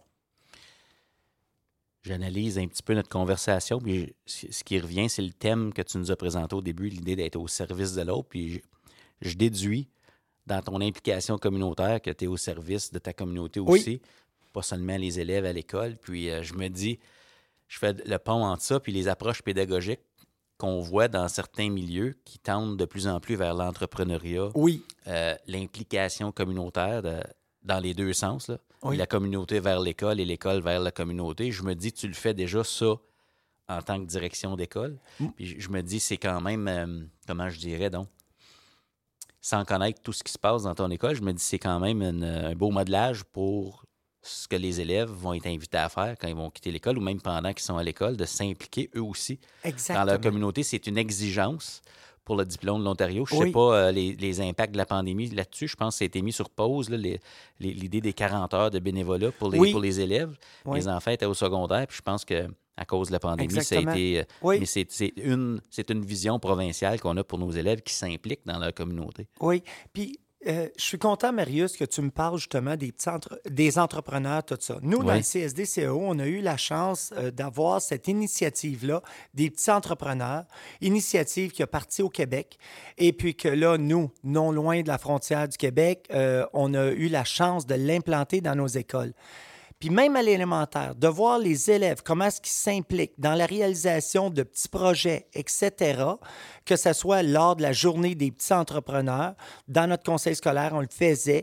J'analyse un petit peu notre conversation, puis ce qui revient, c'est le thème que tu nous as présenté au début, l'idée d'être au service de l'autre, puis je déduis dans ton implication communautaire que tu es au service de ta communauté aussi, pas seulement les élèves à l'école. Puis je me dis, je fais le pont entre ça, puis les approches pédagogiques qu'on voit dans certains milieux qui tendent de plus en plus vers l'entrepreneuriat, l'implication communautaire dans les deux sens, là. La communauté vers l'école et l'école vers la communauté. Je me dis, tu le fais déjà ça en tant que direction d'école. Puis je me dis, c'est quand même, comment je dirais donc, sans connaître tout ce qui se passe dans ton école, je me dis que c'est quand même un beau modelage pour ce que les élèves vont être invités à faire quand ils vont quitter l'école ou même pendant qu'ils sont à l'école, de s'impliquer eux aussi dans leur communauté. C'est une exigence pour le diplôme de l'Ontario. Je ne sais pas les impacts de la pandémie là-dessus. Je pense que ça a été mis sur pause, là, l'idée des 40 heures de bénévolat pour les élèves. Les enfants étaient au secondaire, puis je pense que à cause de la pandémie, ça a été... Mais c'est une vision provinciale qu'on a pour nos élèves qui s'impliquent dans leur communauté. Oui, puis je suis content, Marius, que tu me parles justement des entrepreneurs, tout ça. Nous, dans le CSD-CEO, on a eu la chance d'avoir cette initiative-là, des petits entrepreneurs, initiative qui a parti au Québec, et puis que là, nous, non loin de la frontière du Québec, on a eu la chance de l'implanter dans nos écoles. Puis même à l'élémentaire, de voir les élèves, comment est-ce qu'ils s'impliquent dans la réalisation de petits projets, etc., que ce soit lors de la journée des petits entrepreneurs, dans notre conseil scolaire, on le faisait.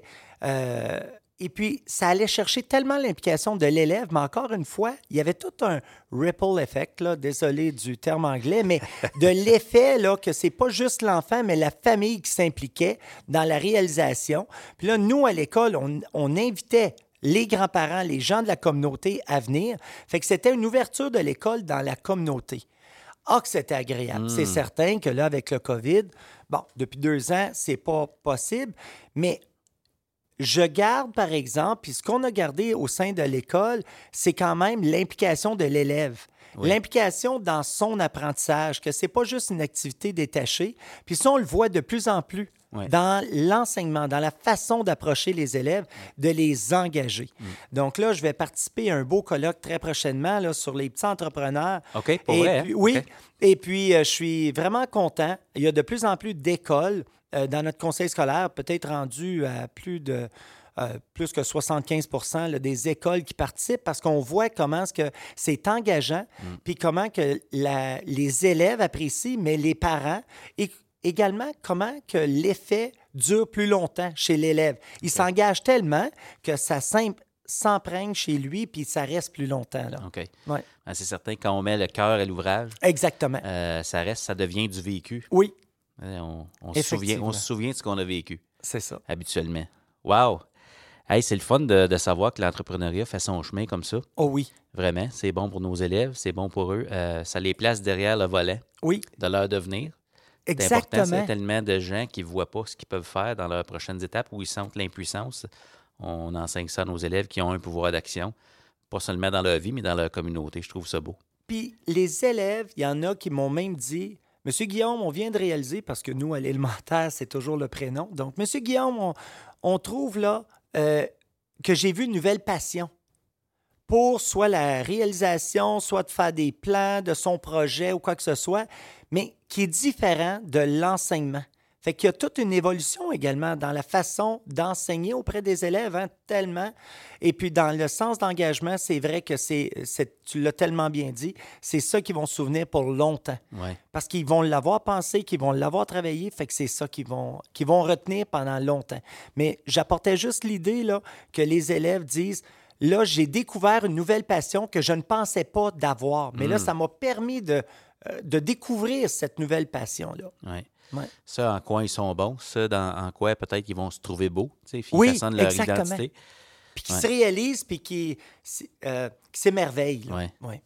Et puis, ça allait chercher tellement l'implication de l'élève, mais encore une fois, il y avait tout un ripple effect, là, désolé du terme anglais, mais de l'effet là, que c'est pas juste l'enfant, mais la famille qui s'impliquait dans la réalisation. Puis là, nous, à l'école, on invitait les grands-parents, les gens de la communauté à venir. Fait que c'était une ouverture de l'école dans la communauté. Ah, que c'était agréable. C'est certain que là, avec le COVID, bon, depuis 2 ans, c'est pas possible, mais je garde, par exemple, puis ce qu'on a gardé au sein de l'école, c'est quand même l'implication de l'élève. Oui. L'implication dans son apprentissage, que c'est pas juste une activité détachée. Puis ça, on le voit de plus en plus dans l'enseignement, dans la façon d'approcher les élèves, de les engager. Donc là, je vais participer à un beau colloque très prochainement là, sur les petits entrepreneurs. OK, pour vrai? Puis, oui, et puis je suis vraiment content. Il y a de plus en plus d'écoles dans notre conseil scolaire, peut-être rendu à plus que 75 % des écoles qui participent parce qu'on voit comment est-ce que c'est engageant, puis comment que les élèves apprécient, mais les parents, et également comment que l'effet dure plus longtemps chez l'élève. Il s'engage tellement que ça s'emprègne chez lui, puis ça reste plus longtemps. Là. OK. Ouais. C'est certain, quand on met le cœur à l'ouvrage, exactement. Ça devient du vécu. Oui. On se souvient de ce qu'on a vécu. C'est ça. Habituellement. Wow! Hey, c'est le fun de savoir que l'entrepreneuriat fait son chemin comme ça. Oh oui. Vraiment, c'est bon pour nos élèves, c'est bon pour eux. Ça les place derrière le volet de leur devenir. Exactement. C'est important, c'est tellement de gens qui ne voient pas ce qu'ils peuvent faire dans leurs prochaines étapes où ils sentent l'impuissance. On enseigne ça à nos élèves qui ont un pouvoir d'action, pas seulement dans leur vie, mais dans leur communauté. Je trouve ça beau. Puis les élèves, il y en a qui m'ont même dit... Monsieur Guillaume, on vient de réaliser, parce que nous, à l'élémentaire, c'est toujours le prénom. Donc, Monsieur Guillaume, on trouve là que j'ai vu une nouvelle passion pour soit la réalisation, soit de faire des plans de son projet ou quoi que ce soit, mais qui est différent de l'enseignement. Fait qu'il y a toute une évolution également dans la façon d'enseigner auprès des élèves, hein, tellement. Et puis, dans le sens d'engagement, c'est vrai que tu l'as tellement bien dit, c'est ça qu'ils vont se souvenir pour longtemps. Ouais. Parce qu'ils vont l'avoir pensé, qu'ils vont l'avoir travaillé, fait que c'est ça qu'ils vont retenir pendant longtemps. Mais j'apportais juste l'idée là, que les élèves disent... Là, j'ai découvert une nouvelle passion que je ne pensais pas d'avoir. Mais là, ça m'a permis de découvrir cette nouvelle passion-là. Oui. Ouais. Ça, en quoi ils sont bons. Ça, en quoi peut-être qu'ils vont se trouver beaux. Façon de leur identité. Puis qui se réalisent, puis qui s'émerveillent. Oui.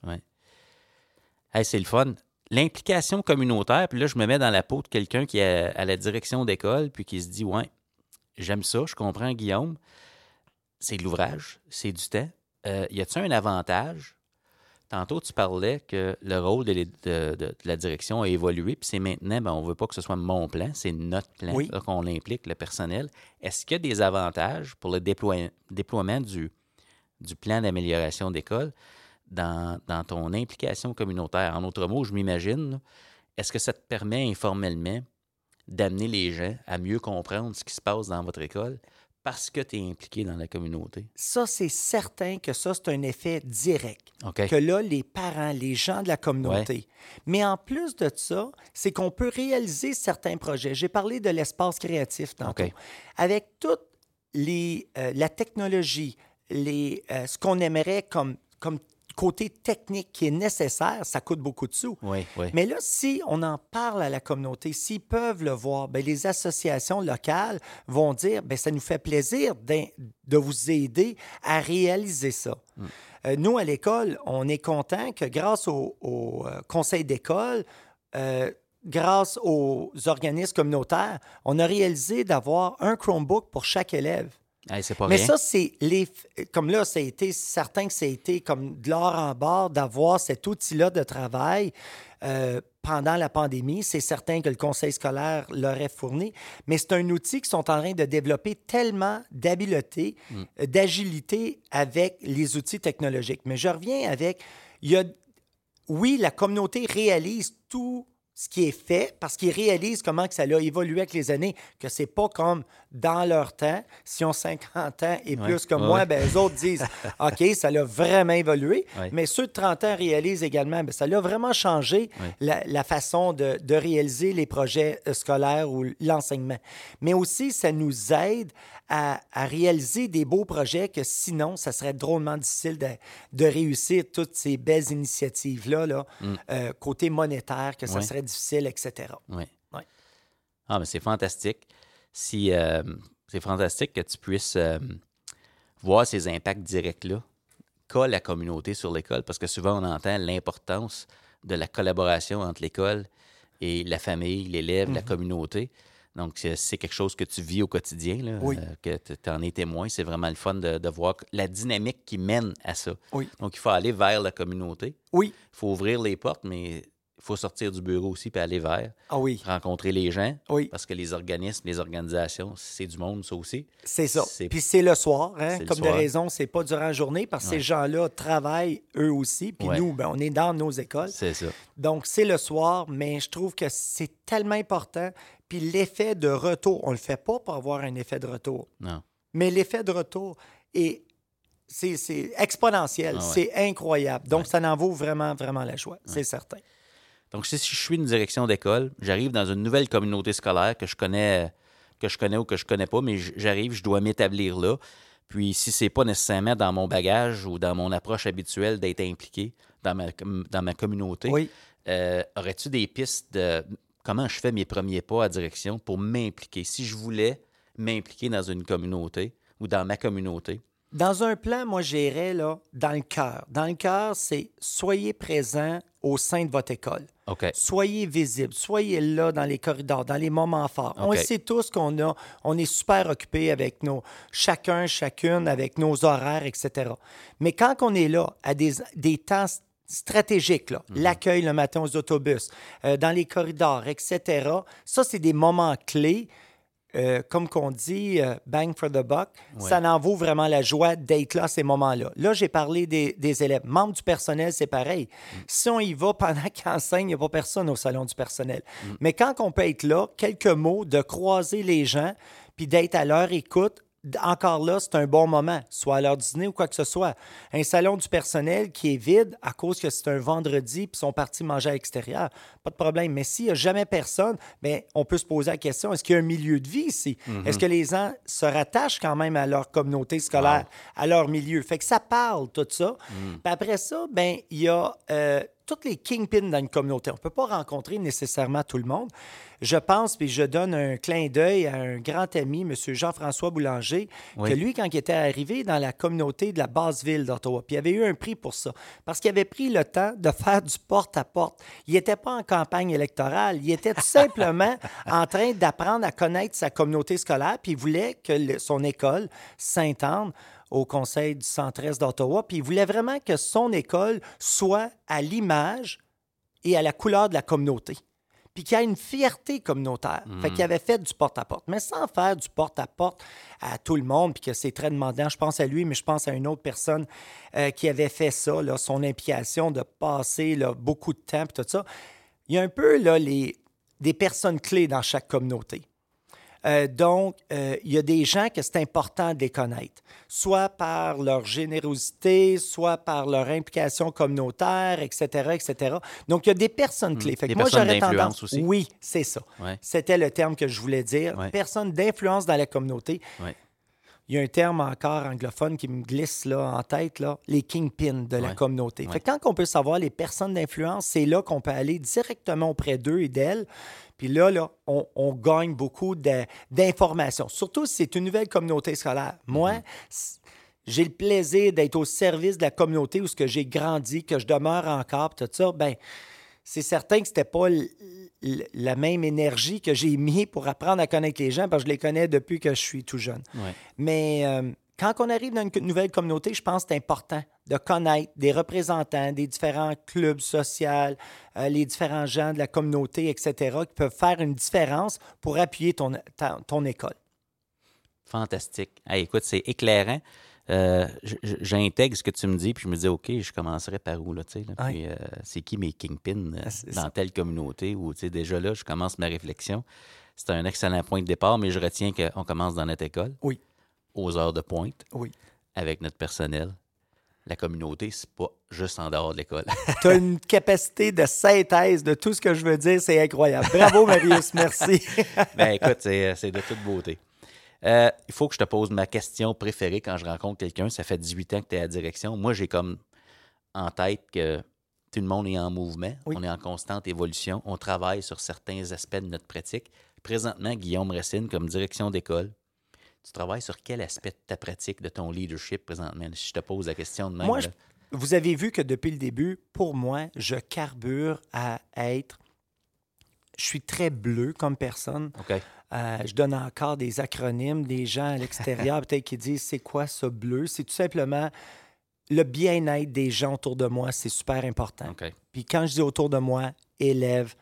Hey, c'est le fun. L'implication communautaire, puis là, je me mets dans la peau de quelqu'un qui est à la direction d'école, puis qui se dit, ouais, j'aime ça, je comprends Guillaume. C'est de l'ouvrage, c'est du temps. Y a-t-il un avantage? Tantôt, tu parlais que le rôle de la direction a évolué, puis c'est maintenant, on ne veut pas que ce soit mon plan, c'est notre plan, là, qu'on implique le personnel. Est-ce qu'il y a des avantages pour le déploiement du plan d'amélioration d'école dans ton implication communautaire? En d'autres mots, je m'imagine, là, est-ce que ça te permet informellement d'amener les gens à mieux comprendre ce qui se passe dans votre école? Parce que tu es impliqué dans la communauté. Ça, c'est certain que ça, c'est un effet direct. Okay. Que là, les parents, les gens de la communauté. Ouais. Mais en plus de ça, c'est qu'on peut réaliser certains projets. J'ai parlé de l'espace créatif tantôt. Okay. Avec toute la technologie, ce qu'on aimerait côté technique qui est nécessaire, ça coûte beaucoup de sous. Oui, oui. Mais là, si on en parle à la communauté, s'ils peuvent le voir, bien, les associations locales vont dire, bien, ça nous fait plaisir de vous aider à réaliser ça. Nous, à l'école, on est content que grâce au conseil d'école, grâce aux organismes communautaires, on a réalisé d'avoir un Chromebook pour chaque élève. Hey, c'est pas Mais rien. ça, c'est comme là, ça a été certain que ça a été comme de l'or en barre d'avoir cet outil-là de travail pendant la pandémie. C'est certain que le conseil scolaire l'aurait fourni, mais c'est un outil qu'ils sont en train de développer tellement d'habileté, d'agilité avec les outils technologiques. Mais je reviens avec, oui, la communauté réalise tout ce qui est fait parce qu'ils réalisent comment que ça a évolué avec les années, que c'est pas comme dans leur temps. Si on 50 ans et plus que moi, ben, eux autres disent « OK, ça a vraiment évolué. Mais ceux de 30 ans réalisent également, ben, ça a vraiment changé la façon de réaliser les projets scolaires ou l'enseignement. Mais aussi, ça nous aide à réaliser des beaux projets que sinon, ça serait drôlement difficile de réussir toutes ces belles initiatives-là, là, côté monétaire, que ça serait difficile, etc. Oui. Ouais. Ah, mais c'est fantastique. C'est fantastique que tu puisses voir ces impacts directs-là qu'a la communauté sur l'école, parce que souvent, on entend l'importance de la collaboration entre l'école et la famille, l'élève, la communauté. Donc, c'est quelque chose que tu vis au quotidien, là, que tu en es témoin. C'est vraiment le fun de voir la dynamique qui mène à ça. Oui. Donc, il faut aller vers la communauté. Oui. Il faut ouvrir les portes, mais il faut sortir du bureau aussi puis aller vers. Rencontrer les gens. Oui. Parce que les organismes, les organisations, c'est du monde, ça aussi. C'est ça. Puis c'est le soir, hein? Comme de soir. raison, c'est pas durant la journée parce que ces gens-là travaillent eux aussi. Puis nous, ben, on est dans nos écoles. C'est ça. Donc, c'est le soir, mais je trouve que c'est tellement important. Puis l'effet de retour, on le fait pas pour avoir un effet de retour. Non. Mais l'effet de retour c'est exponentiel. C'est incroyable. Donc, ça en vaut vraiment, vraiment la joie. C'est certain. Donc, si je suis une direction d'école, j'arrive dans une nouvelle communauté scolaire que je connais ou que je connais pas, mais j'arrive, je dois m'établir là. Puis, si c'est pas nécessairement dans mon bagage ou dans mon approche habituelle d'être impliqué dans ma communauté, aurais-tu des pistes de comment je fais mes premiers pas à direction pour m'impliquer? Si je voulais m'impliquer dans une communauté ou dans ma communauté. Dans un plan, moi, j'irais là, dans le cœur. Dans le cœur, c'est soyez présent au sein de votre école. Okay. Soyez visible, soyez là dans les corridors, dans les moments forts. Okay. On le sait tous on est super occupés avec chacune, avec nos horaires, etc. Mais quand on est là, à des temps stratégiques, là, l'accueil le matin aux autobus, dans les corridors, etc., ça, c'est des moments clés. Comme qu'on dit, bang for the buck, ça en vaut vraiment la joie d'être là à ces moments-là. Là, j'ai parlé des élèves. Membres du personnel, c'est pareil. Si on y va pendant qu'ils enseignent, il n'y a pas personne au salon du personnel. Mais quand on peut être là, quelques mots, de croiser les gens, puis d'être à leur écoute, encore là, c'est un bon moment, soit à l'heure du dîner ou quoi que ce soit. Un salon du personnel qui est vide à cause que c'est un vendredi puis ils sont partis manger à l'extérieur, pas de problème. Mais s'il n'y a jamais personne, bien, on peut se poser la question, est-ce qu'il y a un milieu de vie ici? Est-ce que les gens se rattachent quand même à leur communauté scolaire, à leur milieu? Fait que ça parle, tout ça. Puis après ça, bien, il y a toutes les kingpins dans une communauté. On ne peut pas rencontrer nécessairement tout le monde. Je pense, puis je donne un clin d'œil à un grand ami, M. Jean-François Boulanger, que lui, quand il était arrivé dans la communauté de la basse-ville d'Ottawa, puis il avait eu un prix pour ça, parce qu'il avait pris le temps de faire du porte-à-porte. Il n'était pas en campagne électorale, il était tout simplement en train d'apprendre à connaître sa communauté scolaire, puis il voulait que son école, Sainte-Anne, au conseil du centre-est d'Ottawa, puis il voulait vraiment que son école soit à l'image et à la couleur de la communauté, puis qu'il y ait une fierté communautaire. Fait qu'il avait fait du porte-à-porte, mais sans faire du porte-à-porte à tout le monde, puis que c'est très demandant. Je pense à lui, mais je pense à une autre personne qui avait fait ça, là, son implication de passer là, beaucoup de temps, puis tout ça. Il y a un peu là, des personnes clés dans chaque communauté. Donc, il y a des gens que c'est important de les connaître, soit par leur générosité, soit par leur implication communautaire, etc., etc. Donc, il y a des personnes clés. Fait que des moi, personnes j'aurais d'influence tendance... aussi. Oui, c'est ça. Ouais. C'était le terme que je voulais dire. Ouais. Personnes d'influence dans la communauté. Ouais. il y a un terme encore anglophone qui me glisse là, en tête, là, les kingpins de la communauté. Fait que quand on peut savoir les personnes d'influence, c'est là qu'on peut aller directement auprès d'eux et d'elles. Puis là, on gagne beaucoup d'informations, surtout si c'est une nouvelle communauté scolaire. Moi, j'ai le plaisir d'être au service de la communauté où ce que j'ai grandi, que je demeure encore, tout ça. Bien, c'est certain que c'était pas la même énergie que j'ai mis pour apprendre à connaître les gens, parce que je les connais depuis que je suis tout jeune. Ouais. Mais quand on arrive dans une nouvelle communauté, je pense que c'est important de connaître des représentants des différents clubs sociaux, les différents gens de la communauté, etc., qui peuvent faire une différence pour appuyer ton école. Fantastique. Hey, écoute, c'est éclairant. J'intègre ce que tu me dis, puis je me dis, OK, je commencerai par où, là, tu sais. Puis, c'est qui mes kingpins dans telle communauté? Ou, tu sais, déjà là, je commence ma réflexion. C'est un excellent point de départ, mais je retiens qu'on commence dans notre école. Oui. Aux heures de pointe. Oui. Avec notre personnel. La communauté, c'est pas juste en dehors de l'école. Tu as une capacité de synthèse de tout ce que je veux dire, c'est incroyable. Bravo, Marius, merci. Ben écoute, c'est de toute beauté. Il faut que je te pose ma question préférée quand je rencontre quelqu'un. Ça fait 18 ans que tu es à la direction. Moi, j'ai comme en tête que tout le monde est en mouvement. Oui. On est en constante évolution. On travaille sur certains aspects de notre pratique. Présentement, Guillaume Racine, comme direction d'école, tu travailles sur quel aspect de ta pratique, de ton leadership présentement? Si je te pose la question de même. Moi, vous avez vu que depuis le début, pour moi, je carbure à être... Je suis très bleu comme personne. OK. Je donne encore des acronymes, des gens à l'extérieur peut-être qui disent « c'est quoi ça bleu? » C'est tout simplement le bien-être des gens autour de moi, c'est super important. Okay. Puis quand je dis autour de moi, élèves,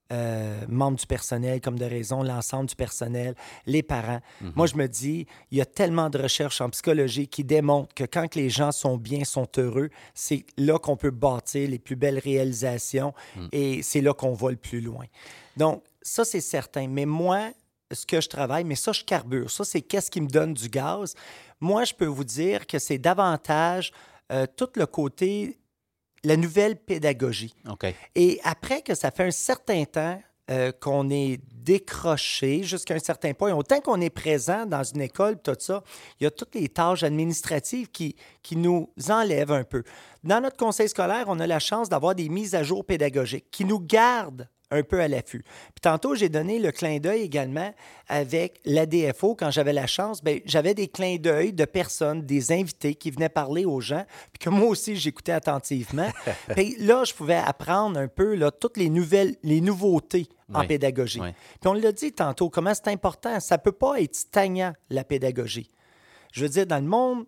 membres du personnel, comme de raison, l'ensemble du personnel, les parents. Moi, je me dis, il y a tellement de recherches en psychologie qui démontrent que quand les gens sont bien, sont heureux, c'est là qu'on peut bâtir les plus belles réalisations et c'est là qu'on va le plus loin. Donc, ça, c'est certain. Mais moi, ce que je travaille, mais ça, je carbure. Ça, c'est qu'est-ce qui me donne du gaz. Moi, je peux vous dire que c'est davantage tout le côté... la nouvelle pédagogie. Okay. Et après que ça fait un certain temps qu'on est décroché jusqu'à un certain point, autant qu'on est présent dans une école, tout ça, il y a toutes les tâches administratives qui nous enlèvent un peu. Dans notre conseil scolaire, on a la chance d'avoir des mises à jour pédagogiques qui nous gardent un peu à l'affût. Puis tantôt, j'ai donné le clin d'œil également avec l'ADFO. Quand j'avais la chance, bien, j'avais des clins d'œil de personnes, des invités qui venaient parler aux gens, puis que moi aussi, j'écoutais attentivement. Puis là, je pouvais apprendre un peu là, toutes les nouveautés en pédagogie. Oui. Puis on l'a dit tantôt, comment c'est important. Ça ne peut pas être stagnant, la pédagogie. Je veux dire, dans le monde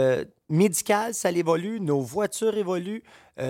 médical, ça évolue, nos voitures évoluent,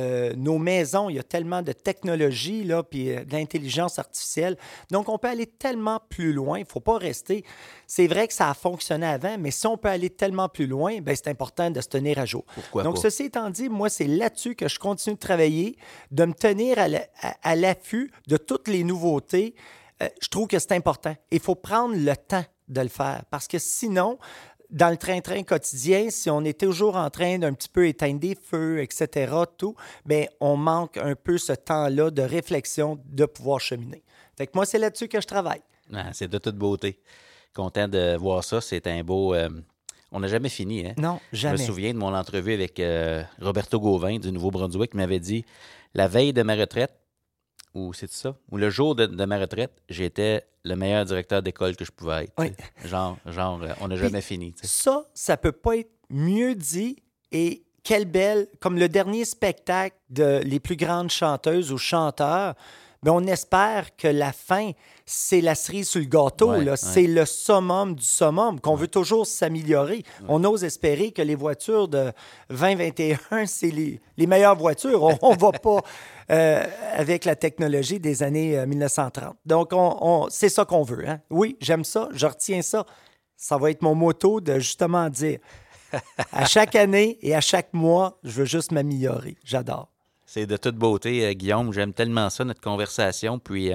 nos maisons, il y a tellement de technologie, là, puis de l'intelligence artificielle. Donc, on peut aller tellement plus loin. Il ne faut pas rester. C'est vrai que ça a fonctionné avant, mais si on peut aller tellement plus loin, bien, c'est important de se tenir à jour. Pourquoi Donc, pas? Ceci étant dit, moi, c'est là-dessus que je continue de travailler, de me tenir à l'affût de toutes les nouveautés. Je trouve que c'est important. Il faut prendre le temps de le faire parce que sinon... Dans le train-train quotidien, si on est toujours en train d'un petit peu éteindre des feux, etc., tout, bien, on manque un peu ce temps-là de réflexion de pouvoir cheminer. Fait que moi, c'est là-dessus que je travaille. Ah, c'est de toute beauté. Content de voir ça. C'est un beau... On n'a jamais fini, hein? Non, jamais. Je me souviens de mon entrevue avec Roberto Gauvin du Nouveau-Brunswick qui m'avait dit, la veille de ma retraite, ou c'est ça, ou le jour de ma retraite, j'étais le meilleur directeur d'école que je pouvais être. Oui. Genre, on n'a jamais fini. T'sais. Ça peut pas être mieux dit et quelle belle, comme le dernier spectacle de les plus grandes chanteuses ou chanteurs, bien, on espère que la fin, c'est la cerise sur le gâteau. Ouais, là. Ouais. C'est le summum du summum, qu'on veut toujours s'améliorer. Ouais. On ose espérer que les voitures de 2021, c'est les meilleures voitures. On ne va pas avec la technologie des années 1930. Donc, c'est ça qu'on veut. Hein? Oui, j'aime ça, je retiens ça. Ça va être mon motto de justement dire à chaque année et à chaque mois, je veux juste m'améliorer. J'adore. C'est de toute beauté, Guillaume. J'aime tellement ça, notre conversation. Puis,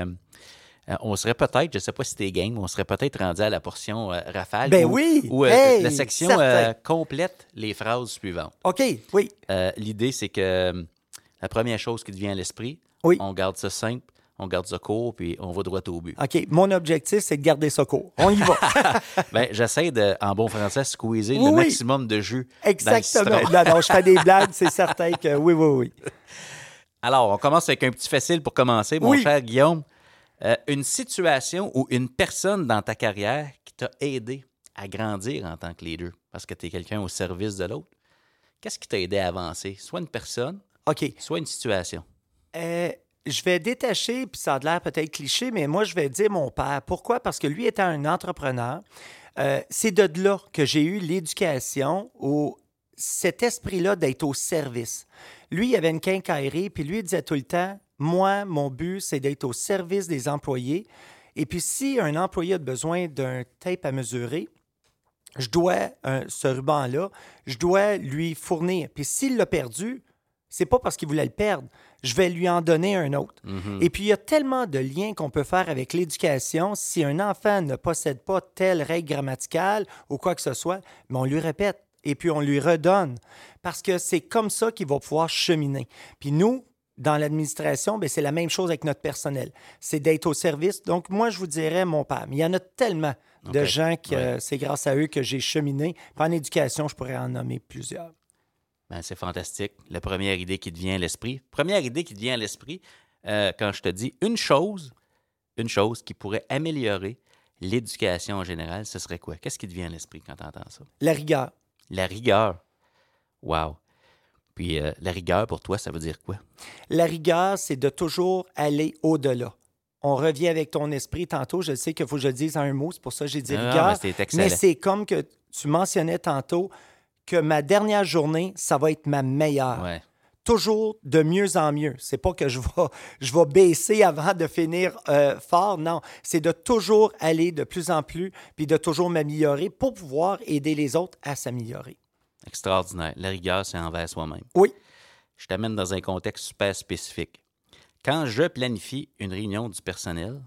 on serait peut-être, je ne sais pas si t'es game, on serait peut-être rendu à la portion rafale. Ben oui! Ou la section complète les phrases suivantes. OK, oui. L'idée, c'est que la première chose qui te vient à l'esprit, on garde ça simple, on garde ça court, puis on va droit au but. OK, mon objectif, c'est de garder ça court. On y va. Ben, j'essaie de, en bon français, squeezer Oui, le oui. maximum de jus. Exactement. Dans le citron. Non, je fais des blagues, c'est certain que oui. Alors, on commence avec un petit facile pour commencer, mon Oui. cher Guillaume. Une situation ou une personne dans ta carrière qui t'a aidé à grandir en tant que leader, parce que tu es quelqu'un au service de l'autre. Qu'est-ce qui t'a aidé à avancer? Soit une personne, OK. soit une situation. Je vais détacher, puis ça a l'air peut-être cliché, mais moi, je vais dire mon père. Pourquoi? Parce que lui étant un entrepreneur, c'est de là que j'ai eu l'éducation, cet esprit-là d'être au service. Lui, il avait une quincaillerie, puis lui, il disait tout le temps, moi, mon but, c'est d'être au service des employés. Et puis, si un employé a besoin d'un tape à mesurer, je dois, ce ruban-là, je dois lui fournir. Puis s'il l'a perdu, c'est pas parce qu'il voulait le perdre. Je vais lui en donner un autre. Et puis, il y a tellement de liens qu'on peut faire avec l'éducation. Si un enfant ne possède pas telle règle grammaticale ou quoi que ce soit, mais on lui répète et puis on lui redonne. Parce que c'est comme ça qu'il va pouvoir cheminer. Puis nous, dans l'administration, bien, c'est la même chose avec notre personnel. C'est d'être au service. Donc, moi, je vous dirais mon père. Mais il y en a tellement de OK. gens que Ouais. c'est grâce à eux que j'ai cheminé. Puis en éducation, je pourrais en nommer plusieurs. Ben, c'est fantastique. La première idée qui te vient à l'esprit. Première idée qui te vient à l'esprit, quand je te dis une chose qui pourrait améliorer l'éducation en général, ce serait quoi? Qu'est-ce qui te vient à l'esprit quand tu entends ça? La rigueur. La rigueur. Wow. Puis la rigueur, pour toi, ça veut dire quoi? La rigueur, c'est de toujours aller au-delà. On revient avec ton esprit tantôt. Je sais qu'il faut que je le dise en un mot, c'est pour ça que j'ai dit Ah, rigueur. mais c'est excellent. Mais c'est comme que tu mentionnais tantôt que ma dernière journée, ça va être ma meilleure. Ouais. Toujours de mieux en mieux. C'est pas que je vais baisser avant de finir fort. Non, c'est de toujours aller de plus en plus puis de toujours m'améliorer pour pouvoir aider les autres à s'améliorer. Extraordinaire. La rigueur, c'est envers soi-même. Oui. Je t'amène dans un contexte super spécifique. Quand je planifie une réunion du personnel,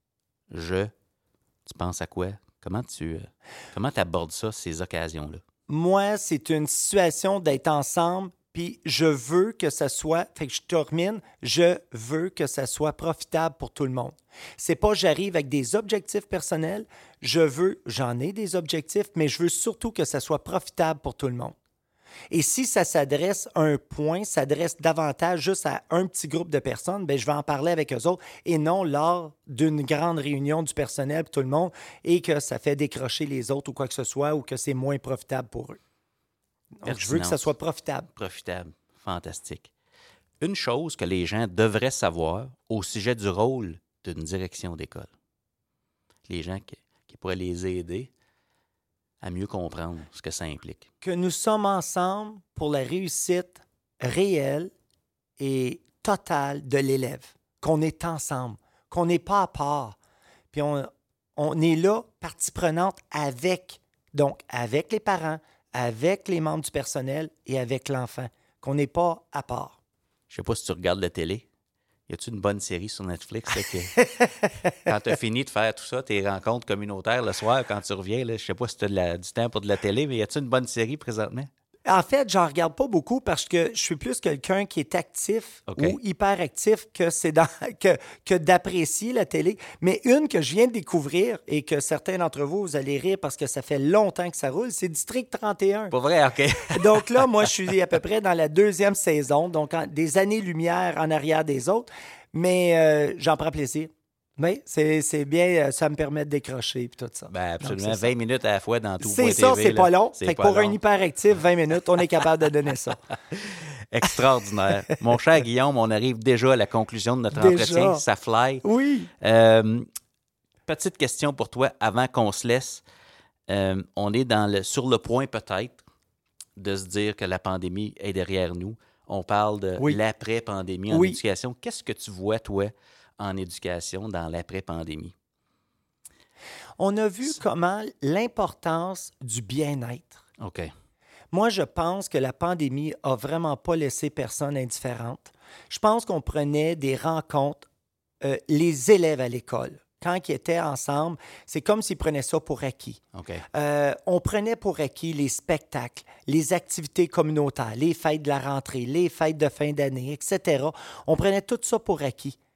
tu penses à quoi? Comment tu abordes ça, ces occasions-là? Moi, c'est une situation d'être ensemble, puis je veux que ça soit, fait que je termine, je veux que ça soit profitable pour tout le monde. C'est pas j'arrive avec des objectifs personnels, j'en ai des objectifs, mais je veux surtout que ça soit profitable pour tout le monde. Et si ça s'adresse à un point, s'adresse davantage juste à un petit groupe de personnes, bien, je vais en parler avec eux autres et non lors d'une grande réunion du personnel pour tout le monde et que ça fait décrocher les autres ou quoi que ce soit ou que c'est moins profitable pour eux. Donc, je veux que ça soit profitable. Profitable. Fantastique. Une chose que les gens devraient savoir au sujet du rôle d'une direction d'école. Les gens qui pourraient les aider à mieux comprendre ce que ça implique. Que nous sommes ensemble pour la réussite réelle et totale de l'élève. Qu'on est ensemble, qu'on n'est pas à part. Puis on est là, partie prenante avec les parents, avec les membres du personnel et avec l'enfant. Qu'on n'est pas à part. Je sais pas si tu regardes la télé. Y a-tu une bonne série sur Netflix là, que quand tu as fini de faire tout ça, tes rencontres communautaires le soir, quand tu reviens, là, je sais pas si tu as du temps pour de la télé, mais y a-tu une bonne série présentement? En fait, j'en regarde pas beaucoup parce que je suis plus quelqu'un qui est actif OK. ou hyperactif que d'apprécier la télé. Mais une que je viens de découvrir et que certains d'entre vous, vous allez rire parce que ça fait longtemps que ça roule, c'est District 31. Pas vrai? OK. Donc là, moi, je suis à peu près dans la 2e saison, donc des années-lumière en arrière des autres. Mais j'en prends plaisir. Mais c'est bien, ça me permet de décrocher et tout ça. Ben absolument. Donc, c'est 20 minutes à la fois dans tout. c'est ça, c'est pas long. C'est Fait que pas pour un long. hyperactif, 20 minutes, on est capable de donner ça. Extraordinaire. Mon cher Guillaume, on arrive déjà à la conclusion de notre Déjà. entretien. Ça fly. Oui. Petite question pour toi avant qu'on se laisse. On est sur le point peut-être de se dire que la pandémie est derrière nous. On parle de Oui. l'après-pandémie en Oui. éducation. Qu'est-ce que tu vois, toi, en éducation dans l'après-pandémie? On a vu comment l'importance du bien-être. OK. Moi, je pense que la pandémie a vraiment pas laissé personne indifférente. Je pense qu'on prenait des rencontres, les élèves à l'école. Quand ils étaient ensemble, c'est comme s'ils prenaient ça pour acquis. OK. On prenait pour acquis les spectacles, les activités communautaires, les fêtes de la rentrée, les fêtes de fin d'année, etc. On prenait tout ça pour acquis.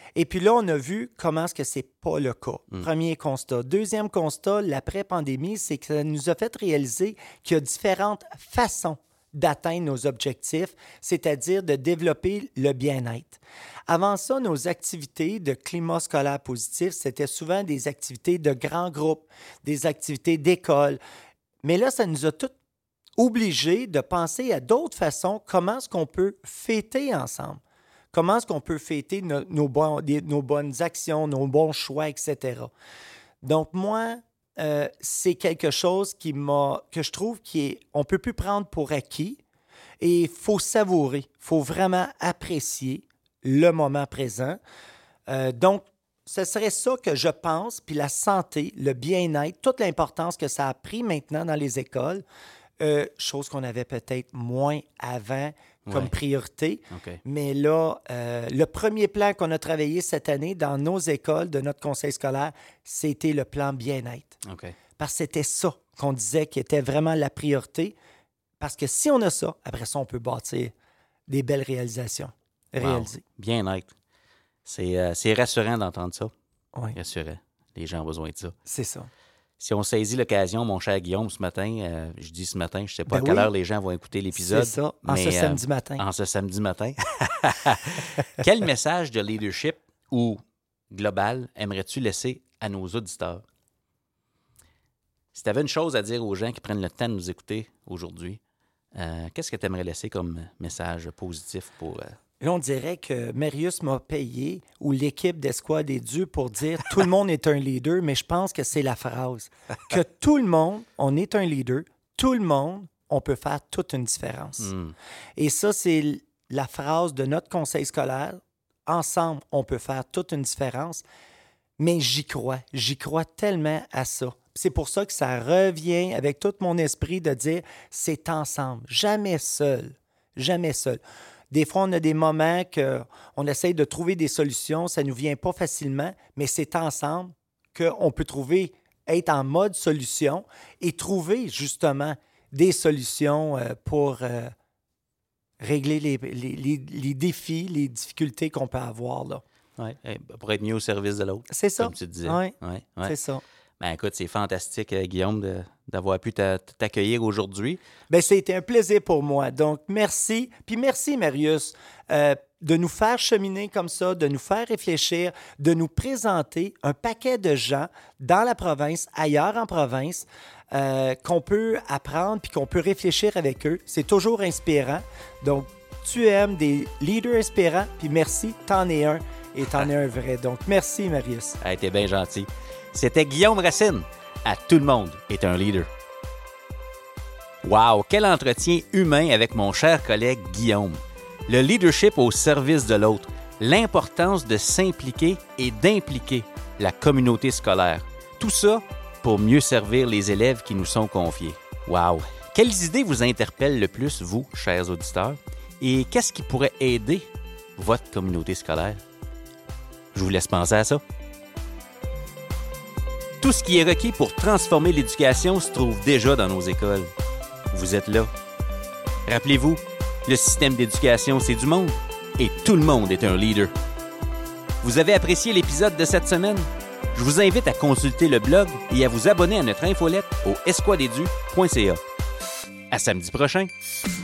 Et puis là, on a vu comment est-ce que c'est pas le cas. Premier constat. Deuxième constat, l'après-pandémie, c'est que ça nous a fait réaliser qu'il y a différentes façons d'atteindre nos objectifs, c'est-à-dire de développer le bien-être. Avant ça, nos activités de climat scolaire positif, c'était souvent des activités de grands groupes, des activités d'école. Mais là, ça nous a tous obligés de penser à d'autres façons, comment est-ce qu'on peut fêter ensemble. Comment est-ce qu'on peut fêter nos bonnes actions, nos bons choix, etc. Donc, moi, c'est quelque chose que je trouve on ne peut plus prendre pour acquis et il faut savourer, il faut vraiment apprécier le moment présent. Donc, ce serait ça que je pense, puis la santé, le bien-être, toute l'importance que ça a pris maintenant dans les écoles, chose qu'on avait peut-être moins avant comme priorité. Okay. Mais là, le premier plan qu'on a travaillé cette année dans nos écoles, de notre conseil scolaire, c'était le plan bien-être. Okay. Parce que c'était ça qu'on disait qui était vraiment la priorité. Parce que si on a ça, après ça, on peut bâtir des belles réalisations. Réaliser. Wow. Bien-être. C'est rassurant d'entendre ça. Oui. Rassurant. Les gens ont besoin de ça. C'est ça. Si on saisit l'occasion, mon cher Guillaume, ce matin, je dis ce matin, je ne sais pas à quelle heure les gens vont écouter l'épisode. C'est ça, ce samedi matin. En ce samedi matin. Quel message de leadership ou global aimerais-tu laisser à nos auditeurs? Si tu avais une chose à dire aux gens qui prennent le temps de nous écouter aujourd'hui, qu'est-ce que tu aimerais laisser comme message positif pour... Là, on dirait que Marius m'a payé ou l'équipe d'Escouade est due pour dire « tout le monde est un leader », mais je pense que c'est la phrase. Que tout le monde, on est un leader, tout le monde, on peut faire toute une différence. Et ça, c'est la phrase de notre conseil scolaire. Ensemble, on peut faire toute une différence, mais j'y crois tellement à ça. C'est pour ça que ça revient avec tout mon esprit de dire « c'est ensemble, jamais seul, jamais seul ». Des fois, on a des moments qu'on essaye de trouver des solutions, ça ne nous vient pas facilement, mais c'est ensemble qu'on peut être en mode solution et trouver justement des solutions pour régler les défis, les difficultés qu'on peut avoir là. Oui, pour être mieux au service de l'autre. C'est ça. Comme tu disais. Oui, ouais. C'est ça. Ben écoute, c'est fantastique, Guillaume, d'avoir pu t'accueillir aujourd'hui. Bien, c'était un plaisir pour moi. Donc, merci. Puis merci, Marius, de nous faire cheminer comme ça, de nous faire réfléchir, de nous présenter un paquet de gens dans la province, ailleurs en province, qu'on peut apprendre puis qu'on peut réfléchir avec eux. C'est toujours inspirant. Donc, tu aimes des leaders inspirants, puis merci, t'en es un et t'en es un vrai. Donc, merci, Marius. T'es bien gentil. C'était Guillaume Racine. À tout le monde est un leader. Wow, quel entretien humain avec mon cher collègue Guillaume. Le leadership au service de l'autre, l'importance de s'impliquer et d'impliquer la communauté scolaire. Tout ça pour mieux servir les élèves qui nous sont confiés. Wow! Quelles idées vous interpellent le plus, vous, chers auditeurs? Et qu'est-ce qui pourrait aider votre communauté scolaire? Je vous laisse penser à ça. Tout ce qui est requis pour transformer l'éducation se trouve déjà dans nos écoles. Vous êtes là. Rappelez-vous, le système d'éducation, c'est du monde et tout le monde est un leader. Vous avez apprécié l'épisode de cette semaine? Je vous invite à consulter le blog et à vous abonner à notre infolette au esquadedu.ca. À samedi prochain!